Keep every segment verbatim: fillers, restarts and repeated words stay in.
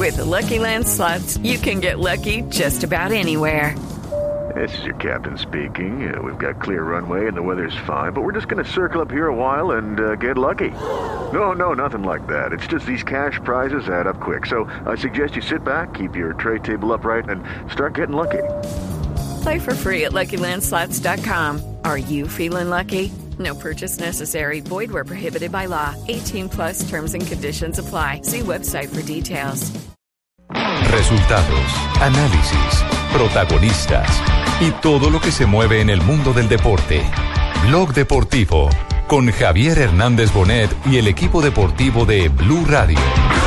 With the Lucky Land Slots, you can get lucky just about anywhere. This is your captain speaking. Uh, we've got clear runway and the weather's fine, but we're just going to circle up here a while and uh, get lucky. No, no, nothing like that. It's just these cash prizes add up quick. So I suggest you sit back, keep your tray table upright, and start getting lucky. Play for free at Lucky Land Slots dot com. Are you feeling lucky? No purchase necessary. Void where prohibited by law. eighteen plus terms and conditions apply. See website for details. Resultados, análisis, protagonistas y todo lo que se mueve en el mundo del deporte. Blog Deportivo con Javier Hernández Bonet y el equipo deportivo de Blue Radio.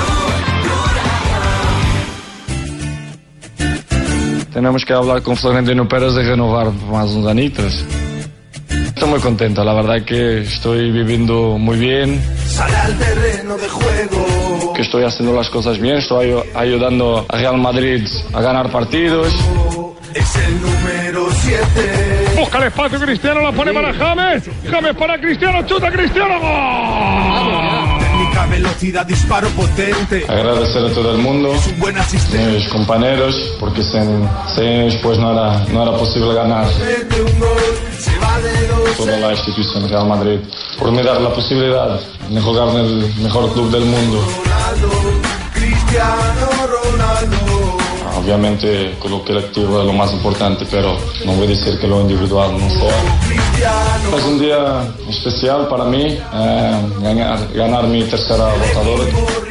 Tenemos que hablar con Florentino Pérez de renovar más unos anitos. Estoy muy contento, la verdad que estoy viviendo muy bien. Sale al terreno de juego. Que estoy haciendo las cosas bien, estoy ayudando a Real Madrid a ganar partidos. Es el número siete. Busca el espacio Cristiano, la pone para James. James para Cristiano, chuta Cristiano. ¡Gol! Técnica, velocidad, disparo potente. Agradecer a todo el mundo, es un buen asistente. mis compañeros, porque sin, sin ellos pues no era, no era posible ganar. Mete un gol, se va de dos. Toda la institución Real Madrid, por me dar la posibilidad de jugar en el mejor club del mundo. Ronaldo, Cristiano Ronaldo. Obviamente con lo colectivo es lo más importante, pero no voy a decir que lo individual no sea. Es un día especial para mí, eh, ganar, ganar mi tercera votadora.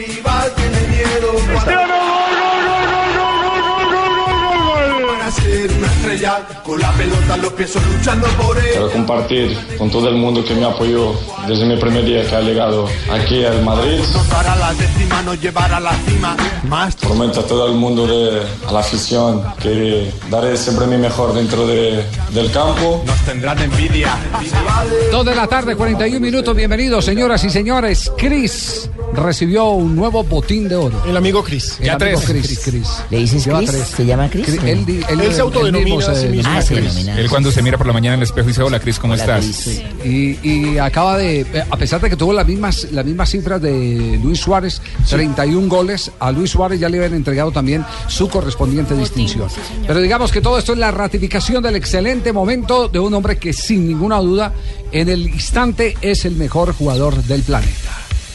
Con la pelota los pies luchando por él. Quiero compartir con todo el mundo que me apoyó desde mi primer día que ha llegado aquí al Madrid. Para la décima nos llevará a la cima. Más. Prometo a todo el mundo, de, a la afición, que daré siempre mi mejor dentro de, del campo. Nos tendrán envidia. Dos de la tarde, cuarenta y un minutos. Bienvenidos, señoras y señores. Chris recibió un nuevo botín de oro. El amigo Chris. El Ya amigo tres. Chris, Chris. ¿Le dices Lleva Chris? tres. ¿Se llama Chris? Chris, él, él, él, Él se autodenomina él a sí mismo Ah, se Chris. denomina. Él cuando se mira por la mañana en el espejo dice, hola Cris, ¿cómo Hola, estás? Chris. Y, y acaba de, a pesar de que tuvo las mismas, las mismas cifras de Luis Suárez, treinta y un goles, a Luis Suárez ya le habían entregado también su correspondiente distinción. Pero digamos que todo esto es la ratificación del excelente momento de un hombre que sin ninguna duda en el instante es el mejor jugador del planeta.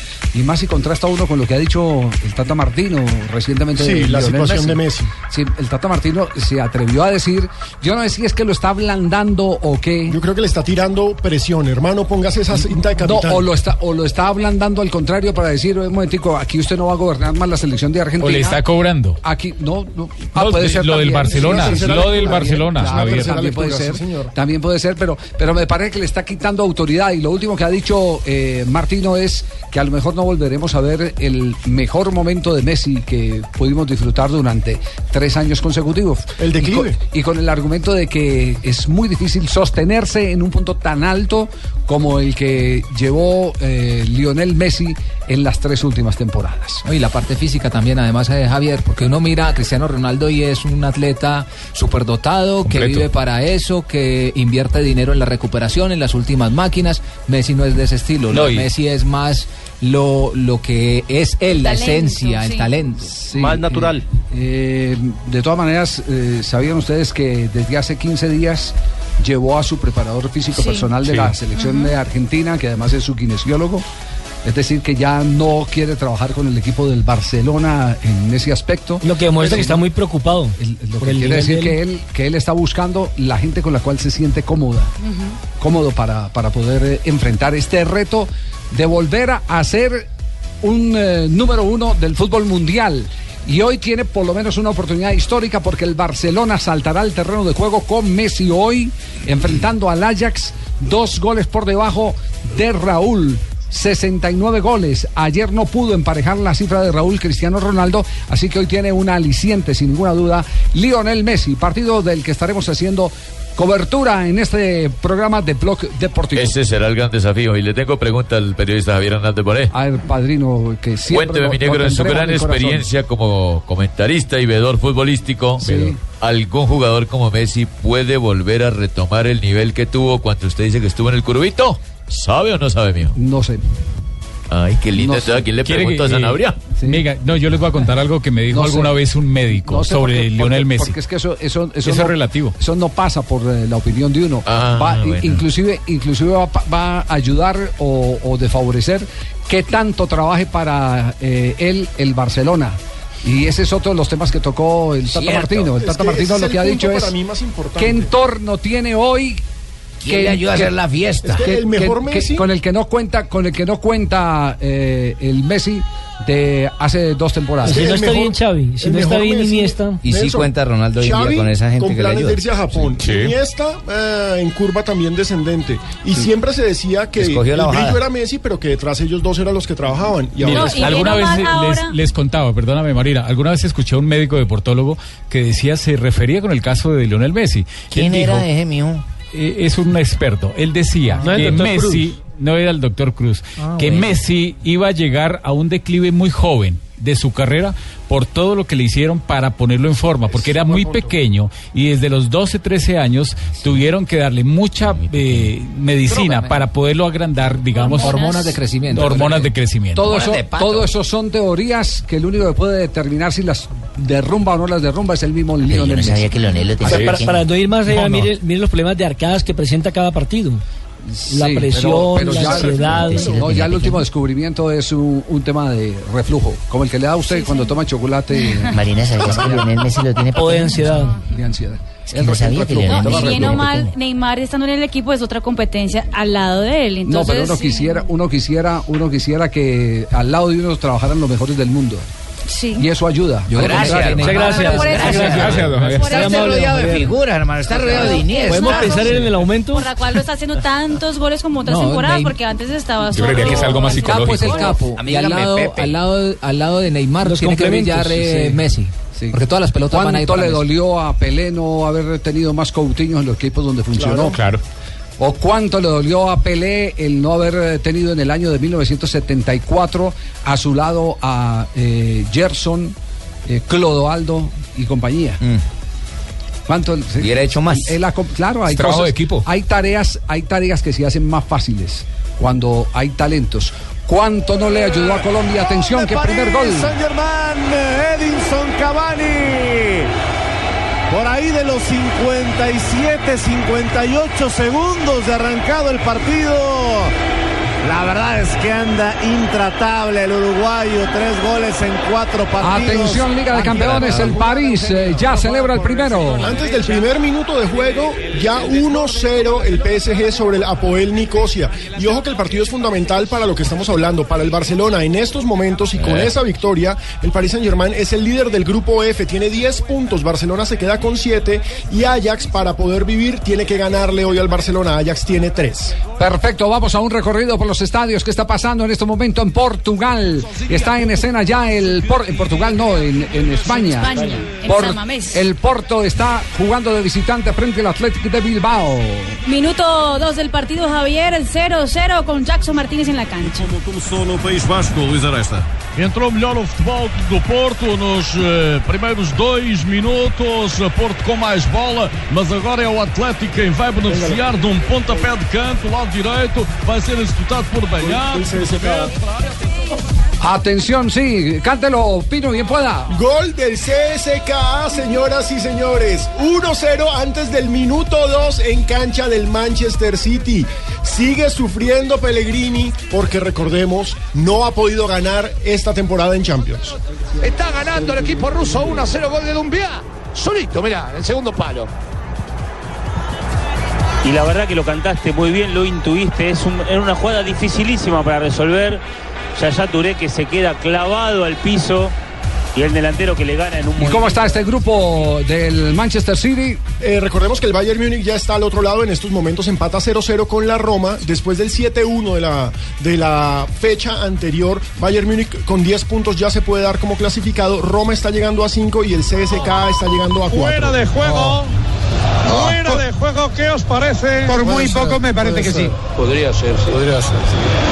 Y más si contrasta uno con lo que ha dicho el Tata Martino recientemente. Sí, de la Lionel situación Messi. de Messi. Sí, el Tata Martino se atrevió a decir, yo no sé si es que lo está ablandando o qué. Yo creo que le está tirando presión, hermano, póngase esa cinta de No, capitán. o lo está o lo está ablandando al contrario para decir, un momentico, aquí usted no va a gobernar más la selección de Argentina. O le está cobrando. Aquí, no, no. Ah, No, puede ser lo del también. Barcelona, Sí, sí, sí, lo sí, del sí, Barcelona, claro, Javier. también puede Sí, ser, señor. también puede ser, pero, pero me parece que le está quitando autoridad y lo último que ha dicho eh, Martino es que a lo mejor no volveremos a ver el mejor momento de Messi que pudimos disfrutar durante tres años consecutivos. El declive. Y con, y con el argumento de que es muy difícil sostenerse en un punto tan alto como el que llevó eh, Lionel Messi en las tres últimas temporadas. Y la parte física también, además de Javier, porque uno mira a Cristiano Ronaldo y es un atleta superdotado, que vive para eso, que invierte dinero en la recuperación, en las últimas máquinas. Messi no es de ese estilo, No, ¿no? y- Messi es más lo, lo que es él, la Talento, esencia, sí. el talento. Sí, Más natural. eh, eh, de todas maneras, eh, ¿sabían ustedes que desde hace quince días llevó a su preparador físico Sí. personal de Sí. la selección de Argentina, que además es su kinesiólogo? Es decir, que ya no quiere trabajar con el equipo del Barcelona en ese aspecto. Lo que demuestra que está muy preocupado. El- lo por que el quiere nivel decir del- que él, que él está buscando la gente con la cual se siente cómoda, cómodo para, para poder eh, enfrentar este reto de volver a, a ser un eh, número uno del fútbol mundial. Y hoy tiene por lo menos una oportunidad histórica porque el Barcelona saltará al terreno de juego con Messi hoy, enfrentando al Ajax, dos goles por debajo de Raúl. sesenta y nueve goles. Ayer no pudo emparejar la cifra de Raúl Cristiano Ronaldo, así que hoy tiene un aliciente, sin ninguna duda, Lionel Messi, partido del que estaremos haciendo cobertura en este programa de Blog Deportivo. Ese será el gran desafío. Y le tengo pregunta al periodista Javier Hernández Bonet. A ver, padrino, que siempre Cuénteme, lo- mi lo negro, en su tendremos gran en el corazón. experiencia como comentarista y veedor futbolístico, Sí. ¿algún jugador como Messi puede volver a retomar el nivel que tuvo cuando usted dice que estuvo en el Curubito? ¿Sabe o no sabe, mío? No sé. Ay, qué lindo. No, ¿a quién le preguntó a Sanabria? Sí. Mira, no, yo les voy a contar algo que me dijo no alguna sé. vez un médico no sé sobre porque, Lionel Messi. Porque es que eso, eso, eso, eso no, es relativo. Eso no pasa por eh, la opinión de uno. Ah, va, bueno. Inclusive, inclusive va, va a ayudar o, o desfavorecer que tanto trabaje para eh, él el Barcelona. Y ese es otro de los temas que tocó el Tata Martino. El Tata Martino lo que ha dicho es qué entorno tiene hoy que le ayuda a hacer la fiesta. Es que el mejor que, Messi que, con el que no cuenta, con el que no cuenta eh, el Messi de hace dos temporadas. Si no está bien Xavi, si no está bien Iniesta. Y si cuenta Ronaldo hoy en día con esa gente con que le ayuda. De irse a Japón. Sí. Iniesta eh, en curva también descendente. Y sí. siempre se decía que el brillo era Messi, pero que detrás ellos dos eran los que trabajaban. Y ahora no, y alguna vez les, les contaba, perdóname Marina, alguna vez escuché a un médico deportólogo que decía, se refería con el caso de Lionel Messi. ¿Quién Él era dijo, ese mijo? Es un experto. Él decía no que Messi, Cruz. no era el doctor Cruz, ah, que bueno. Messi iba a llegar a un declive muy joven de su carrera por todo lo que le hicieron para ponerlo en forma, porque era muy pequeño y desde los doce, trece años tuvieron que darle mucha eh, medicina para poderlo agrandar, digamos, hormonas de crecimiento. Hormonas de crecimiento. Todo eso, todo eso son teorías que el único que puede determinar si las derrumba o no las derrumba es el mismo Lionel Yo no sabía que Lionel lo tenía. O sea, para, para no ir más allá, no, no. Mire, mire los problemas de arcadas que presenta cada partido. La sí, presión, pero, pero la ya, ansiedad. No, ya el último descubrimiento es un, un tema de reflujo, como el que le da a usted sí, cuando sí. toma chocolate. Marina, ¿sabías que Lionel Messi lo tiene? O de ansiedad. De ansiedad. Es que no sabía que Lionel Messi. Bien o mal, Neymar estando en el equipo es otra competencia al lado de él. Entonces, no, pero uno sí. quisiera, uno quisiera, uno quisiera que al lado de uno trabajaran los mejores del mundo. Sí. Y eso ayuda. Yo gracias, muchas gracias. Gracias, gracias, don Javier. Está rodeado de figuras, hermano. Está rodeado de Iniesta. ¿Podemos pensar en el aumento? Por la cual no está haciendo tantos goles como otras no, temporadas, Neym- porque antes estaba solo. Yo creería que es algo más psicológico. El capo es el capo. Y al lado, al lado, al lado de Neymar los tiene que brillar eh, sí. Messi. Sí. Porque todas las pelotas van a ir ¿Cuánto le Messi? dolió a Pelé no haber tenido más Coutinho en los equipos donde funcionó? Claro, claro. ¿O cuánto le dolió a Pelé el no haber tenido en el año de mil novecientos setenta y cuatro a su lado a eh, Gerson, eh, Clodoaldo y compañía? Mm. ¿Cuánto? Hubiera hecho más. Él, él, claro, hay trabajo cosas, de equipo. Hay tareas, hay tareas que se hacen más fáciles cuando hay talentos. ¿Cuánto no le ayudó a Colombia? Atención, que primer gol. Saint-Germain, Edinson Cavani. Por ahí de los cincuenta y siete, cincuenta y ocho segundos de arrancado el partido. La verdad es que anda intratable el uruguayo. Tres goles en cuatro partidos. Atención, Liga de Campeones, el París eh, ya celebra el primero. Antes del primer minuto de juego, ya uno cero el P S G sobre el Apoel Nicosia. Y ojo que el partido es fundamental para lo que estamos hablando, para el Barcelona. En estos momentos y con eh. esa victoria, el Paris Saint-Germain es el líder del grupo F, tiene diez puntos, Barcelona se queda con siete y Ajax, para poder vivir, tiene que ganarle hoy al Barcelona. Ajax tiene tres. Perfecto, vamos a un recorrido por los estadios. ¿Qué está pasando en este momento en Portugal? Está en escena ya el por, en Portugal, no, en, en España. España, por, en San Mamés. El Porto está jugando de visitante frente al Athletic de Bilbao. Minuto dos del partido, Javier, cero cero con Jackson Martínez en la cancha. Como começou no País Vasco, Luís Aresta. Entrou melhor o futebol do Porto nos uh, primeiros dois minutos. Porto com mais bola, mas agora é o Atlético quem vai beneficiar de um pontapé de canto, lado direito, vai ser executado por Beñat. Atención, sí, cántelo, Pino, bien pueda. Gol del C S K A, señoras y señores. uno cero antes del minuto dos en cancha del Manchester City. Sigue sufriendo Pellegrini porque, recordemos, no ha podido ganar esta temporada en Champions. Está ganando el equipo ruso uno a cero, gol de Doumbia. Solito, mirá, el segundo palo. Y la verdad que lo cantaste muy bien, lo intuiste. Es un, era una jugada dificilísima para resolver. Yaya Touré que se queda clavado al piso y el delantero que le gana en un ¿Y cómo está este grupo del Manchester City? Eh, recordemos que el Bayern Múnich ya está al otro lado en estos momentos, empata cero cero con la Roma después del siete uno de la, de la fecha anterior. Bayern Múnich con diez puntos ya se puede dar como clasificado. Roma está llegando a cinco y el C S K A está llegando a cuatro. Fuera de juego. Oh. Fuera de juego, ¿qué os parece? Por muy poco me parece que sí. Podría ser, sí. Podría ser, sí.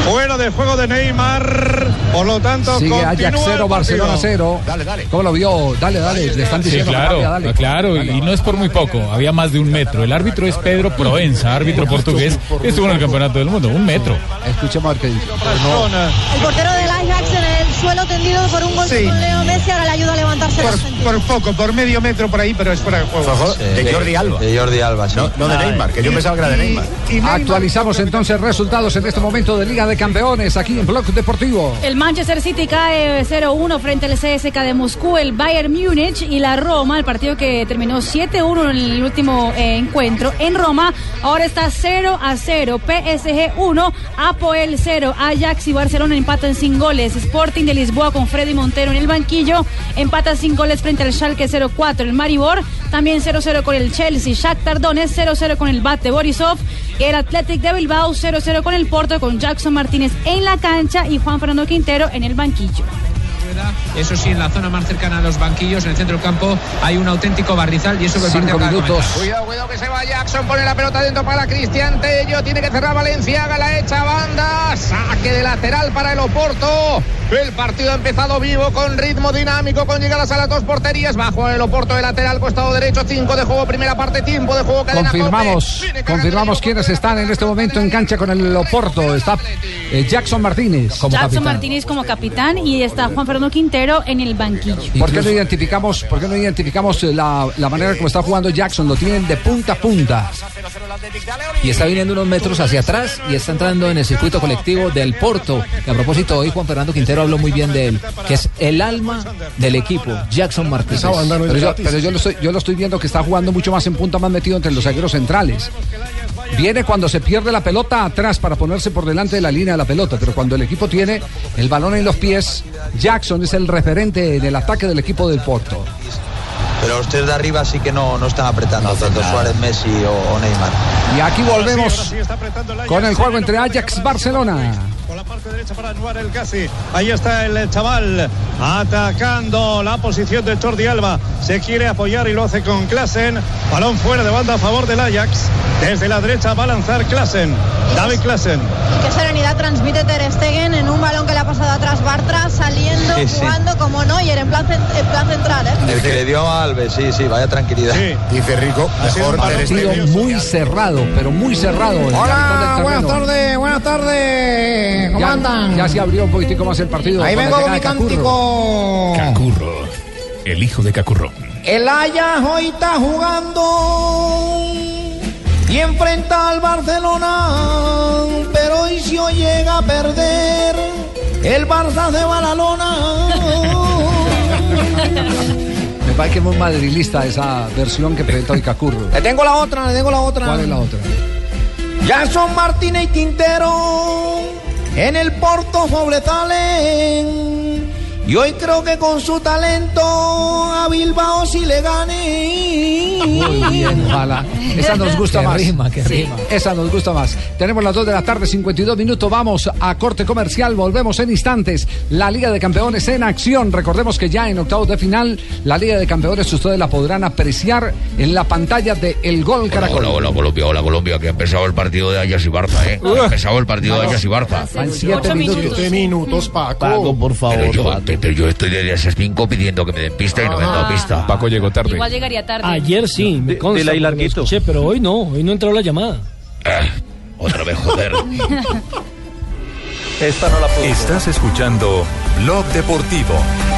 Fuera de juego de Neymar. Por lo tanto, sigue Ajax cero, Barcelona cero. Dale, dale. ¿Cómo lo vio? Dale, dale. Le están diciendo sí, claro, que dale. claro, dale. Y no es por muy poco. Había más de un metro. El árbitro es Pedro Proenza, árbitro portugués, que estuvo en el campeonato del mundo. Un metro. Escuchemos a ver qué dice. El portero del Ajax en el suelo tendido por un golpe sí. con Leo Messi. Ahora le ayuda a levantarse. Por, por poco, por medio metro por ahí, pero es fuera de juego. Sí, de Jordi Alba. De Jordi Alba, sí. No, no de Neymar, que yo pensaba que era de Neymar. Y, y Neymar. Actualizamos entonces resultados en este momento de Liga de Campeones aquí en Blog Deportivo. El Manchester City cae cero uno frente al C S K de Moscú, el Bayern Múnich y la Roma, el partido que terminó siete uno en el último eh, encuentro en Roma, ahora está cero a cero. P S G uno, Apoel cero, Ajax y Barcelona empatan sin goles. Sporting de Lisboa con Freddy Montero en el banquillo empata sin goles frente al Schalke cero cuatro. El Maribor también cero cero con el Chelsea. Shakhtar Donetsk cero cero con el Bate Borisov. El Athletic de Bilbao cero cero con el Porto, con Jackson Martínez en la cancha y Juan Fernando Quintero en el banquillo. Eso sí, en la zona más cercana a los banquillos, en el centro del campo, hay un auténtico barrizal y eso que el partido acaba de comenzar. Cuidado, cuidado que se va Jackson, pone la pelota dentro para Cristian Tello, tiene que cerrar Valenciaga, la echa banda, saque de lateral para el Oporto. El partido ha empezado vivo, con ritmo dinámico, con llegadas a las dos porterías. Bajo el Oporto de lateral, costado derecho, cinco de juego, primera parte, tiempo de juego. Confirmamos, confirmamos quiénes están en este momento en cancha con el Oporto. Está eh, Jackson Martínez como Jackson capitán. Martínez como capitán y está Juan Fernando Quintero en el banquillo. ¿Por qué no identificamos, por qué no identificamos la, la manera como está jugando Jackson? Lo tienen de punta a punta. Y está viniendo unos metros hacia atrás y está entrando en el circuito colectivo del Porto. Que a propósito, hoy Juan Fernando Quintero habló muy bien de él, que es el alma del equipo, Jackson Martínez. Pero, yo, pero yo, lo estoy, yo lo estoy viendo que está jugando mucho más en punta, más metido entre los zagueros centrales. Viene cuando se pierde la pelota atrás para ponerse por delante de la línea de la pelota, pero cuando el equipo tiene el balón en los pies, Jackson es el referente del ataque del equipo del Porto. Pero los tres de arriba sí que no, no están apretando, no, tanto nada. Suárez, Messi o, o Neymar. Y aquí volvemos con el juego entre Ajax Barcelona. Por la parte derecha para Anwar El Ghazi. Ahí está el chaval atacando la posición de Jordi Alba. Se quiere apoyar y lo hace con Klaassen. Balón fuera de banda a favor del Ajax. Desde la derecha va a lanzar Klaassen. David Klaassen. Y qué serenidad transmite Ter Stegen en un balón que le ha pasado atrás Bartra, saliendo, sí, sí. jugando como Neuer en plan, en plan central. ¿eh? El que le dio a Alves, sí, sí, vaya tranquilidad. Sí. Dice Rico, mejor partido muy cerrado, pero muy cerrado. Hola, buenas tardes, buenas tardes. ¿Cómo ya, andan? Ya se abrió un poquitico más el partido. Ahí vengo con mi cántico. Cacurro, el hijo de Cacurrón. El Ajax hoy está jugando y enfrenta al Barcelona, pero hoy si hoy llega a perder, el Barça se va a la lona. Me parece que es muy madrilista esa versión que presentó el Cacurro. Le tengo la otra, le tengo la otra. ¿Cuál es la otra? Jackson Martínez y Quintero en el Porto sobresalen y hoy creo que con su talento a Bilbao sí le gane. Muy bien, ojalá. Esa nos gusta qué más. Rima, qué rima. Sí, esa nos gusta más. Tenemos las dos de la tarde, cincuenta y dos minutos. Vamos a corte comercial. Volvemos en instantes. La Liga de Campeones en acción. Recordemos que ya en octavos de final, la Liga de Campeones ustedes la podrán apreciar en la pantalla de El Gol Caracol. Hola, hola, hola, Colombia, hola, Colombia, que ha empezado el partido de Ajax y Barça, ¿eh? Ha empezado el partido de Ajax y Barça. Van siete minutos. Siete minutos, Paco. Paco, por favor. Pero yo, Paco. pero yo estoy desde esas cinco pidiendo que me den pista y no me han dado pista. Paco llegó tarde. Igual llegaría tarde. Ayer sí, me consta, de, de la escuché, pero hoy no, hoy no entró la llamada. Ah, otra vez, joder. Esta no la puedo. Estás escuchando Blog Deportivo.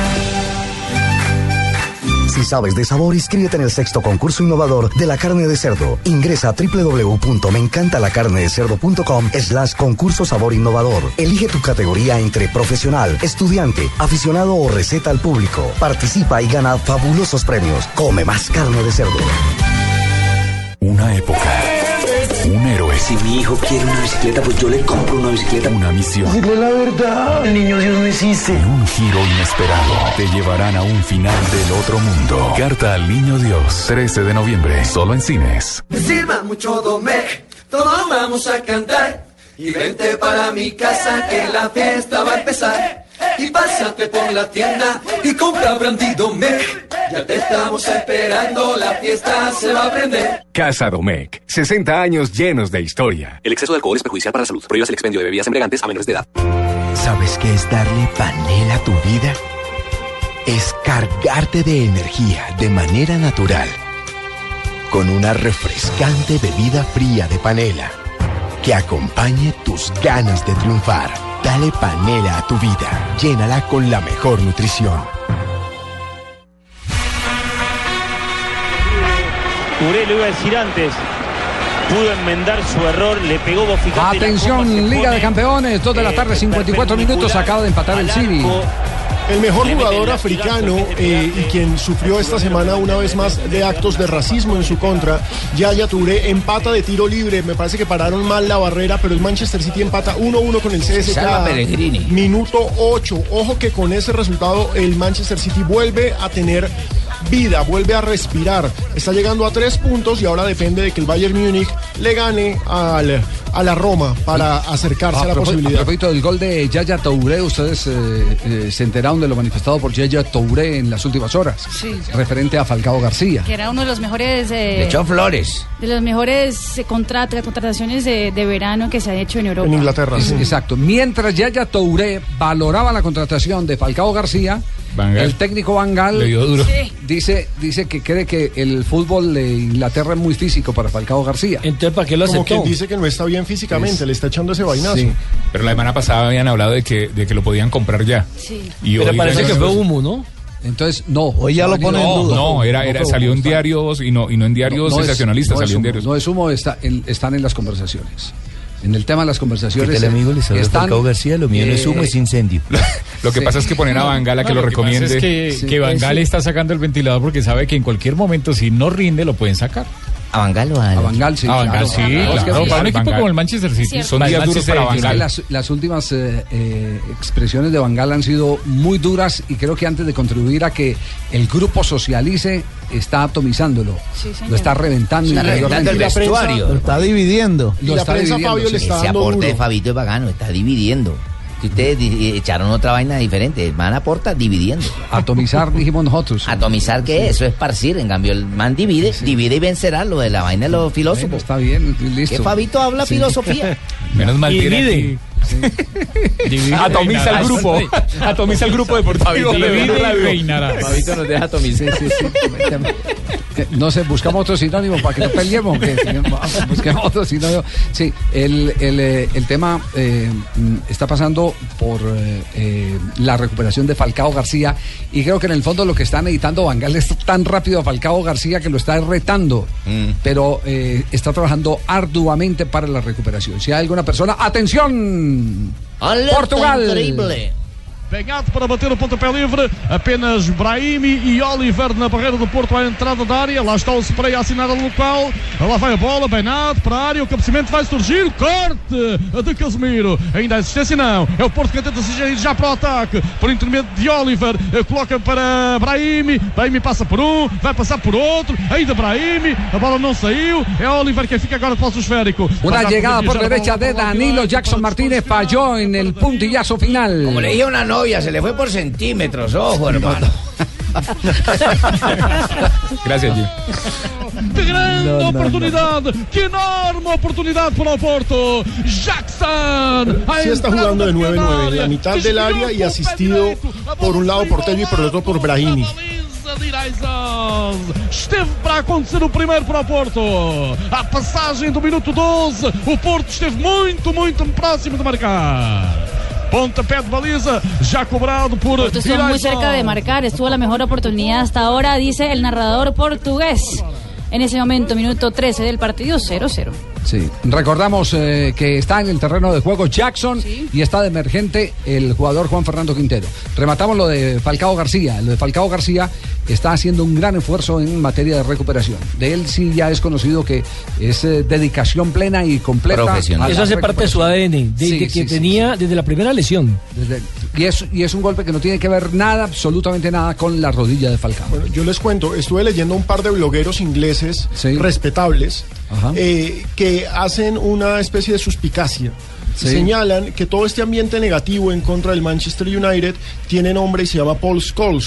Si sabes de sabor, inscríbete en el sexto concurso innovador de la carne de cerdo. Ingresa a doble u doble u doble u punto me encanta la carne de cerdo punto com slash concurso sabor innovador. Elige tu categoría entre profesional, estudiante, aficionado o receta al público. Participa y gana fabulosos premios. Come más carne de cerdo. Una época. Un héroe. Si mi hijo quiere una bicicleta, pues yo le compro una bicicleta. Una misión. Dile la verdad. El niño Dios no existe. Y un giro inesperado. Te llevarán a un final del otro mundo. Carta al Niño Dios. trece de noviembre. Solo en cines. Me sirva mucho Domecq. Todos vamos a cantar. Y vente para mi casa que la fiesta va a empezar. Y pásate por la tienda y compra brandy Domecq. Ya te estamos esperando, la fiesta se va a prender. Casa Domecq, sesenta años llenos de historia. El exceso de alcohol es perjudicial para la salud. Prohíbas el expendio de bebidas embriagantes a menores de edad. ¿Sabes qué es darle panela a tu vida? Es cargarte de energía de manera natural. Con una refrescante bebida fría de panela que acompañe tus ganas de triunfar. Dale panela a tu vida. Llénala con la mejor nutrición. Uré lo iba a decir antes. Pudo enmendar su error, le pegó boficante. Atención, Liga de Campeones, dos de la tarde, cincuenta y cuatro minutos, acaba de empatar el City. El mejor jugador africano eh, y quien sufrió esta semana una vez más de actos de racismo en su contra, Yaya Touré, empata de tiro libre. Me parece que pararon mal la barrera, pero el Manchester City empata uno uno con el C S K. Minuto ocho. Ojo que con ese resultado el Manchester City vuelve a tener vida, vuelve a respirar. Está llegando a tres puntos y ahora depende de que el Bayern Múnich le gane al, a la Roma para acercarse a, a la posibilidad. A propósito del gol de Yaya Touré, ustedes eh, eh, se enteraron de lo manifestado por Yaya Touré en las últimas horas, sí, referente a Falcao García, que era uno de los mejores eh, le echó flores, de los mejores eh, contrat contrataciones de, de verano que se han hecho en Europa, en Inglaterra. Es, sí. Exacto. Mientras Yaya Touré valoraba la contratación de Falcao García, Van Gaal, el técnico Van Gaal le dio duro. Sí. dice dice que cree que el fútbol de Inglaterra es muy físico para Falcao García. Entonces, ¿para qué lo aceptó? Como que dice que no está bien físicamente, es, le está echando ese vainazo. Sí. Pero la semana pasada habían hablado de que de que lo podían comprar ya. Sí. Y pero hoy parece que fue humo, ¿no? Entonces, no. Hoy ya lo ponen en duda. No, era, era, salió en diarios y no, y no en diarios no, no sensacionalistas, es, no salió es en diarios. No es humo, está en, están en las conversaciones. En el tema de las conversaciones. ¿Qué tal, amigo? Les habla están, Falcao García, lo mío eh, no es humo, es incendio. Lo que sí. pasa es que ponen a Van Gaal a que no, lo, lo recomiende. Que, es que, sí, que Van Gaal está sacando el ventilador porque sabe que en cualquier momento, si no rinde, lo pueden sacar. ¿A Van Gaal o a, a Van Gaal, sí. A Van Gaal, sí, claro. Es que claro, para un equipo como el Manchester City son días duros para Van Gaal. Las, las últimas eh, eh, expresiones de Van Gaal han sido muy duras y creo que antes de contribuir a que el grupo socialice, está atomizándolo. Sí, lo está reventando. Está reventando el vestuario. Lo está dividiendo. Y lo la está prensa, dividiendo, Fabio, sí. le está Ese dando aporte duro. de Fabito es bacano, está dividiendo. Que ustedes echaron otra vaina diferente. El man aporta dividiendo. Atomizar, dijimos nosotros. ¿Atomizar qué es? Eso es esparcir. En cambio, el man divide, sí. divide y vencerá, lo de la vaina de los filósofos. Bueno, está bien, listo. Que Fabito habla sí. filosofía. Menos mal divide. Sí. Atomiza el grupo. Atomiza el grupo deportivo. Fabito nos deja atomizar. Sí, sí, sí. No sé, buscamos otro sinónimo para que no peleemos. Que, busquemos otro sinónimo. Sí, el, el, el tema eh, está pasando por eh, la recuperación de Falcao García y creo que en el fondo lo que está necesitando Van Gaal es tan rápido a Falcao García que lo está retando, mm. pero eh, está trabajando arduamente para la recuperación. Si hay alguna persona, ¡atención! Alerta Portugal. Increíble. Pegado para bater o pontapé livre, apenas Brahimi e Oliver na barreira do Porto à entrada da área. Lá está o spray a assinar a local. Lá vai a bola, Bernardo para a área. O cabeceamento vai surgir. Corte de Casemiro. Ainda a assistência não. É o Porto que tenta se gerir já para o ataque. Por intermédio de Oliver. Coloca para Brahimi. Brahimi passa por um, vai passar por outro. Ainda Brahimi. A bola não saiu. É Oliver que fica agora para o esférico. Una llegada por derecha de Danilo. Jackson Martínez falló en el puntillazo final. Como le dije a una novia, se le fue por centímetros, ojo, hermano. Gracias, Gil. Que grande no, no, oportunidade, no. Que enorme oportunidade para o Porto. Jackson. Sí está jugando de nueve nueve en la mitad del área y asistido por un lado por Tello y por el otro por Brahimi. Esteve para acontecer o primeiro para o Porto. A passagem do minuto doze. O Porto esteve muito, muito próximo de marcar. Pontapé de baliza, ya cobrado por... Porto estuvo muy cerca de marcar, estuvo la mejor oportunidad hasta ahora, dice el narrador portugués. En ese momento, minuto trece del partido, cero cero. Sí, recordamos eh, que está en el terreno de juego Jackson, ¿sí? Y está de emergente el jugador Juan Fernando Quintero. Rematamos lo de Falcao García. Lo de Falcao García está haciendo un gran esfuerzo en materia de recuperación. De él sí ya es conocido que es eh, dedicación plena y completa. Profesional. Eso hace parte de su A D N, de, sí, de, que sí, tenía sí. desde la primera lesión. Desde, y, es, y es un golpe que no tiene que ver nada, absolutamente nada, con la rodilla de Falcao. Bueno, yo les cuento, estuve leyendo un par de blogueros ingleses sí. respetables eh, que hacen una especie de suspicacia. Sí. Señalan que todo este ambiente negativo en contra del Manchester United tiene nombre y se llama Paul Scholes.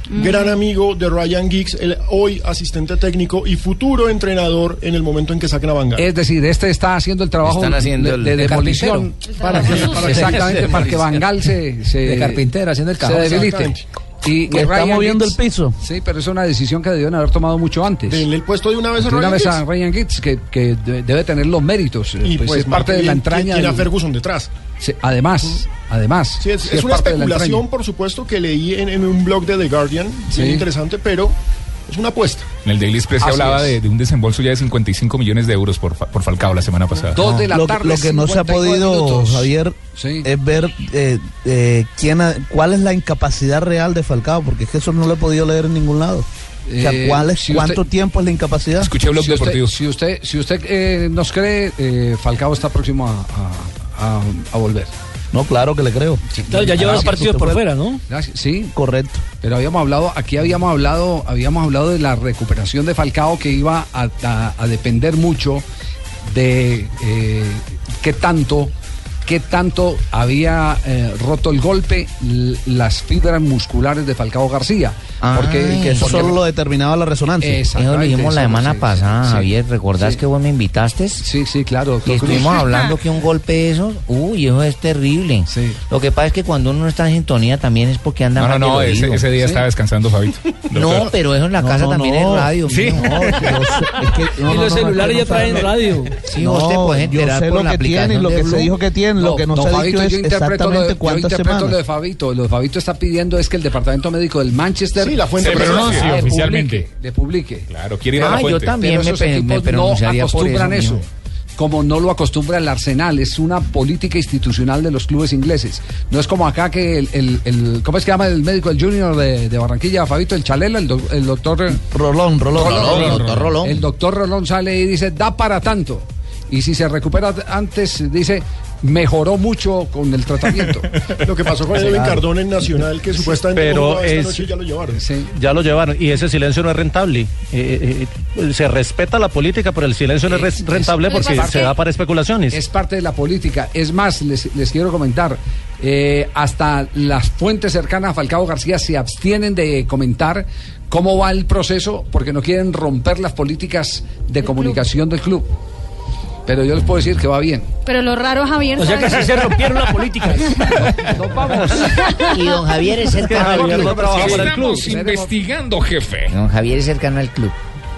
mm. gran amigo de Ryan Giggs, el hoy asistente técnico y futuro entrenador en el momento en que saquen a Van Gaal. Es decir, este está haciendo el trabajo Están haciendo de, el, de de demolición para que, para exactamente para que Van Gaal se, se de carpintero haciendo el cajón, se debilite. Y, y está moviendo Giggs, el piso. Sí, pero es una decisión que debieron haber tomado mucho antes. Denle el puesto de una vez a de Ryan una Giggs. vez a Ryan Giggs, que, que debe tener los méritos. Y pues, pues es parte de la entraña. Tiene a del... Ferguson detrás. Sí, además, mm. además. Sí, es, sí, es, es una parte especulación, por supuesto, que leí en, en un blog de The Guardian. Sí. Muy interesante, pero es una apuesta. En el Daily Express se hablaba de, de un desembolso ya de cincuenta y cinco millones de euros por, por Falcao la semana pasada. Dos de la lo, tarde, lo que no se ha podido, minutos. Javier, sí. es ver eh, eh, quién ha, cuál es la incapacidad real de Falcao, porque es que eso no lo he podido leer en ningún lado. O sea, ¿cuál es, si ¿cuánto usted, tiempo es la incapacidad? Escuché Blog si Deportivo. Usted, si usted, si usted eh, nos cree, eh, Falcao está próximo a, a, a, a volver. No, claro que le creo. Claro, ya lleva dos partidos por fuera, ¿no? Sí, correcto. Pero habíamos hablado, aquí habíamos hablado, habíamos hablado de la recuperación de Falcao, que iba a, a, a depender mucho de eh, qué tanto, qué tanto había eh, roto el golpe l- las fibras musculares de Falcao García. Ah, porque que eso porque, solo lo determinaba la resonancia. Eso lo dijimos la semana sí, pasada, sí, Javier. ¿Recordás sí. que vos me invitaste? Sí, sí, claro. Y estuvimos hablando que un golpe de esos, uy, eso es terrible. Sí. Lo que pasa es que cuando uno no está en sintonía también es porque anda No, mal no, no, del ese, oído. ese día ¿Sí? estaba descansando Fabito. No, pero eso en la no, casa no, también no. es radio. Sí. No, yo sé, es que, no, y no, los no, celulares no, ya traen no, radio. Sí, no, vos te puedes yo enterar sé por lo la que aplicación tiene y lo de que Blue. se dijo que tiene, lo que no, no se ha Fabito, dicho yo es interpreto, lo de, exactamente yo cuántas interpreto semanas. lo de Fabito. Lo de Fabito está pidiendo es que el departamento médico del Manchester Sí, la fuente se pronuncie le oficialmente. publique, le publique. Claro, quiere ir a Ah, la yo fuente. también Pero me, esos pe- me equipos no pronunciaría por acostumbran eso. eso. Como no lo acostumbra el Arsenal, es una política institucional de los clubes ingleses. No es como acá que el, el, el ¿cómo es que llama el médico del Junior de, de Barranquilla, Fabito? El Chalela, el, do, el doctor Rolón, Rolón, Rolón, Rolón, el, doctor Rolón. el doctor Rolón sale y dice, da para tanto. Y si se recupera antes, dice, mejoró mucho con el tratamiento. Lo que pasó con Edwin Cardona en Nacional, que supuestamente Pero esta es- noche ya lo llevaron. Sí. Ya lo llevaron y ese silencio no es rentable. Eh, eh, eh, se respeta la política, pero el silencio no es Es- res- rentable es- porque es- se da para especulaciones. Es parte de la política. Es más, les, les quiero comentar, eh, hasta las fuentes cercanas a Falcao García se abstienen de comentar cómo va el proceso porque no quieren romper las políticas de comunicación del club. Pero yo les puedo decir que va bien. Pero lo raro, Javier. O sea que ¿sabes? así se rompieron las políticas. Nos vamos. Y don Javier es cercano al Javier no club. trabaja para el club. Estamos investigando, jefe. Don Javier es cercano al club.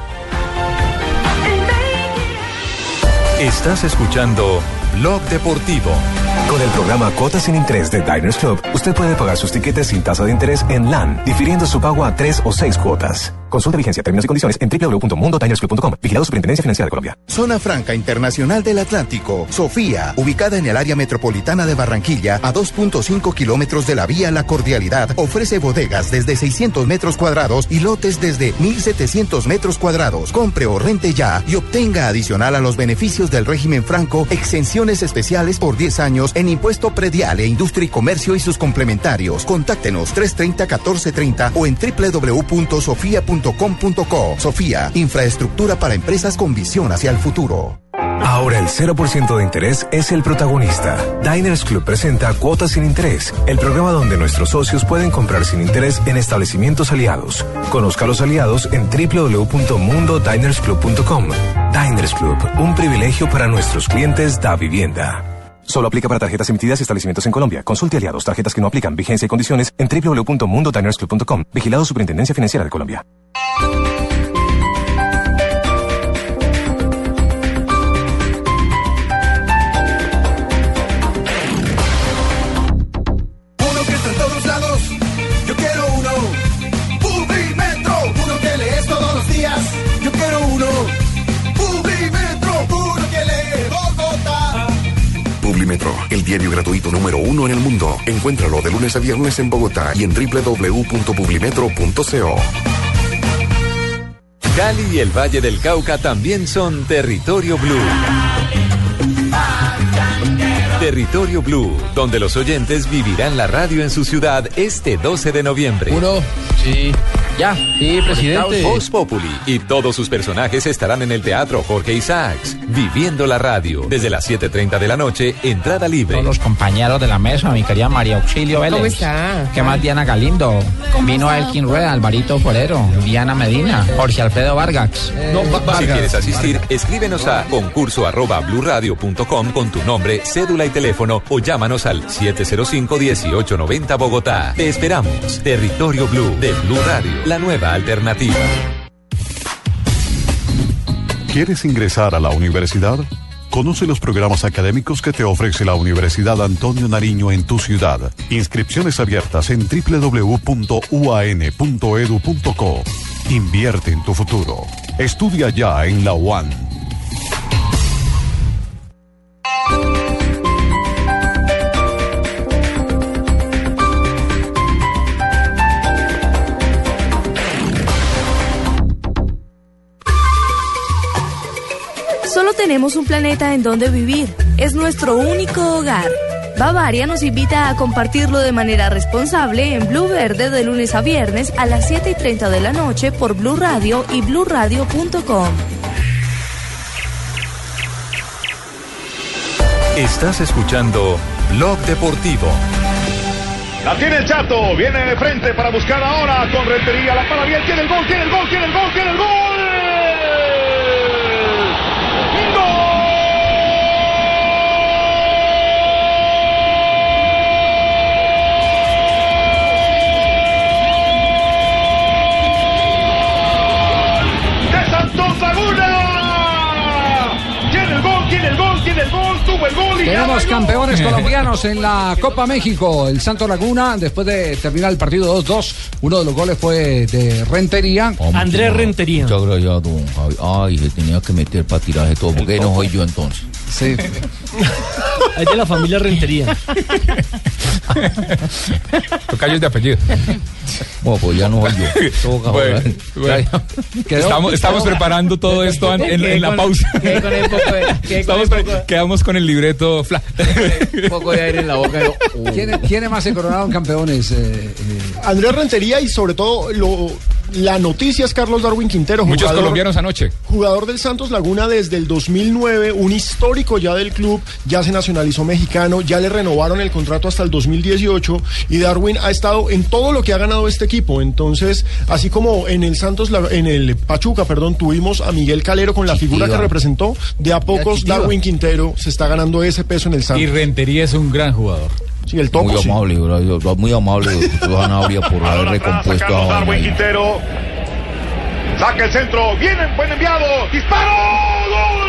Estás escuchando Blog Deportivo. Con el programa Cuotas sin Interés de Diners Club, usted puede pagar sus tiquetes sin tasa de interés en LAN, difiriendo su pago a tres o seis cuotas. Consulta vigencia, términos y condiciones en doble u doble u doble u punto mundo diners club punto com. Vigilado Superintendencia Financiera de Colombia. Zona Franca Internacional del Atlántico. Sofía, ubicada en el área metropolitana de Barranquilla, a dos punto cinco kilómetros de la vía La Cordialidad, ofrece bodegas desde seiscientos metros cuadrados y lotes desde mil setecientos metros cuadrados. Compre o rente ya y obtenga adicional a los beneficios del régimen franco, exenciones especiales por diez años en impuesto predial e industria y comercio y sus complementarios. Contáctenos tres treinta, catorce treinta o en doble u doble u doble u punto sofía punto com punto co. Sofía, infraestructura para empresas con visión hacia el futuro. Ahora el cero por ciento de interés es el protagonista. Diners Club presenta Cuotas sin Interés, el programa donde nuestros socios pueden comprar sin interés en establecimientos aliados. Conozca a los aliados en doble u doble u doble u punto mundo diners club punto com. Diners Club, un privilegio para nuestros clientes da vivienda. Solo aplica para tarjetas emitidas y establecimientos en Colombia. Consulte aliados, tarjetas que no aplican, vigencia y condiciones en doble u doble u doble u punto mundo diners club punto com. Vigilado Superintendencia Financiera de Colombia. Uno que está en todos lados, yo quiero uno. Publimetro, uno que lees todos los días, yo quiero uno. Publimetro, uno que lee Bogotá. Publimetro, el diario gratuito número uno en el mundo. Encuéntralo de lunes a viernes en Bogotá y en doble u doble u doble u punto publimetro punto co. Cali y el Valle del Cauca también son Territorio Blue. Territorio Blue, donde los oyentes vivirán la radio en su ciudad este doce de noviembre. Uno. Sí. Ya, sí, presidente. Voz Populi y todos sus personajes estarán en el Teatro Jorge Isaacs, viviendo la radio. Desde las siete y treinta de la noche, entrada libre. Todos los compañeros de la mesa, mi querida María Auxilio Vélez. ¿Cómo está? ¿Qué más, Diana Galindo? Vino Elkin Rueda, Alvarito Forero, Diana Medina, Jorge Alfredo Vargas. No, si quieres asistir, escríbenos a concurso arroba bluradio punto com con tu nombre, cédula y teléfono o llámanos al siete cero cinco, dieciocho noventa Bogotá. Te esperamos. Territorio Blue de Blue Radio, la nueva alternativa. ¿Quieres ingresar a la universidad? Conoce los programas académicos que te ofrece la Universidad Antonio Nariño en tu ciudad. Inscripciones abiertas en doble u doble u doble u punto u a n punto e d u punto co. Invierte en tu futuro. Estudia ya en la U A N. Solo tenemos un planeta en donde vivir. Es nuestro único hogar. Bavaria nos invita a compartirlo de manera responsable en Blue Verde de lunes a viernes a las siete y treinta de la noche por Blue Radio y blue radio punto com. Estás escuchando Blog Deportivo. La tiene el Chato, viene de frente para buscar ahora con Rentería, la para bien, tiene el gol, tiene el gol, tiene el gol, tiene el gol. Tenemos campeones colombianos en la Copa México. El Santos Laguna, después de terminar el partido dos dos, uno de los goles fue de Rentería. Andrés Rentería. Muchas gracias, don Javi. Ay, se tenía que meter para tirar de todo, porque no soy yo entonces. Sí. Es de la familia Rentería. Tocayos de apellido. Bueno, pues ya no soy yo. Bueno, bueno. Estamos, estamos preparando todo esto en, en, en la pausa. Estamos pre- quedamos con el libreto fla. Un poco de aire en la boca. Uh. ¿Quiénes, ¿Quiénes más se coronaron campeones? Eh, eh? Andrés Rentería y sobre todo lo, la noticia es Carlos Darwin Quintero. Muchos jugador, colombianos anoche. Jugador del Santos Laguna desde el dos mil nueve, un histórico ya del club, ya se nacionalizó mexicano, ya le renovaron el contrato hasta el dos mil dieciocho y Darwin ha estado en todo lo que ha ganado este equipo. Entonces, así como en el Santos, en el Pachuca, perdón, tuvimos a Miguel Calero con la Chitiva. figura que representó, de a pocos Darwin Quintero se está ganando ese peso en el Santos. Y Rentería es un gran jugador. Sí, el topo, muy sí. amable, gracias, muy amable, Sanabria, por haber recompuesto a Darwin Quintero. Saca el centro, viene, buen enviado, disparo, gol.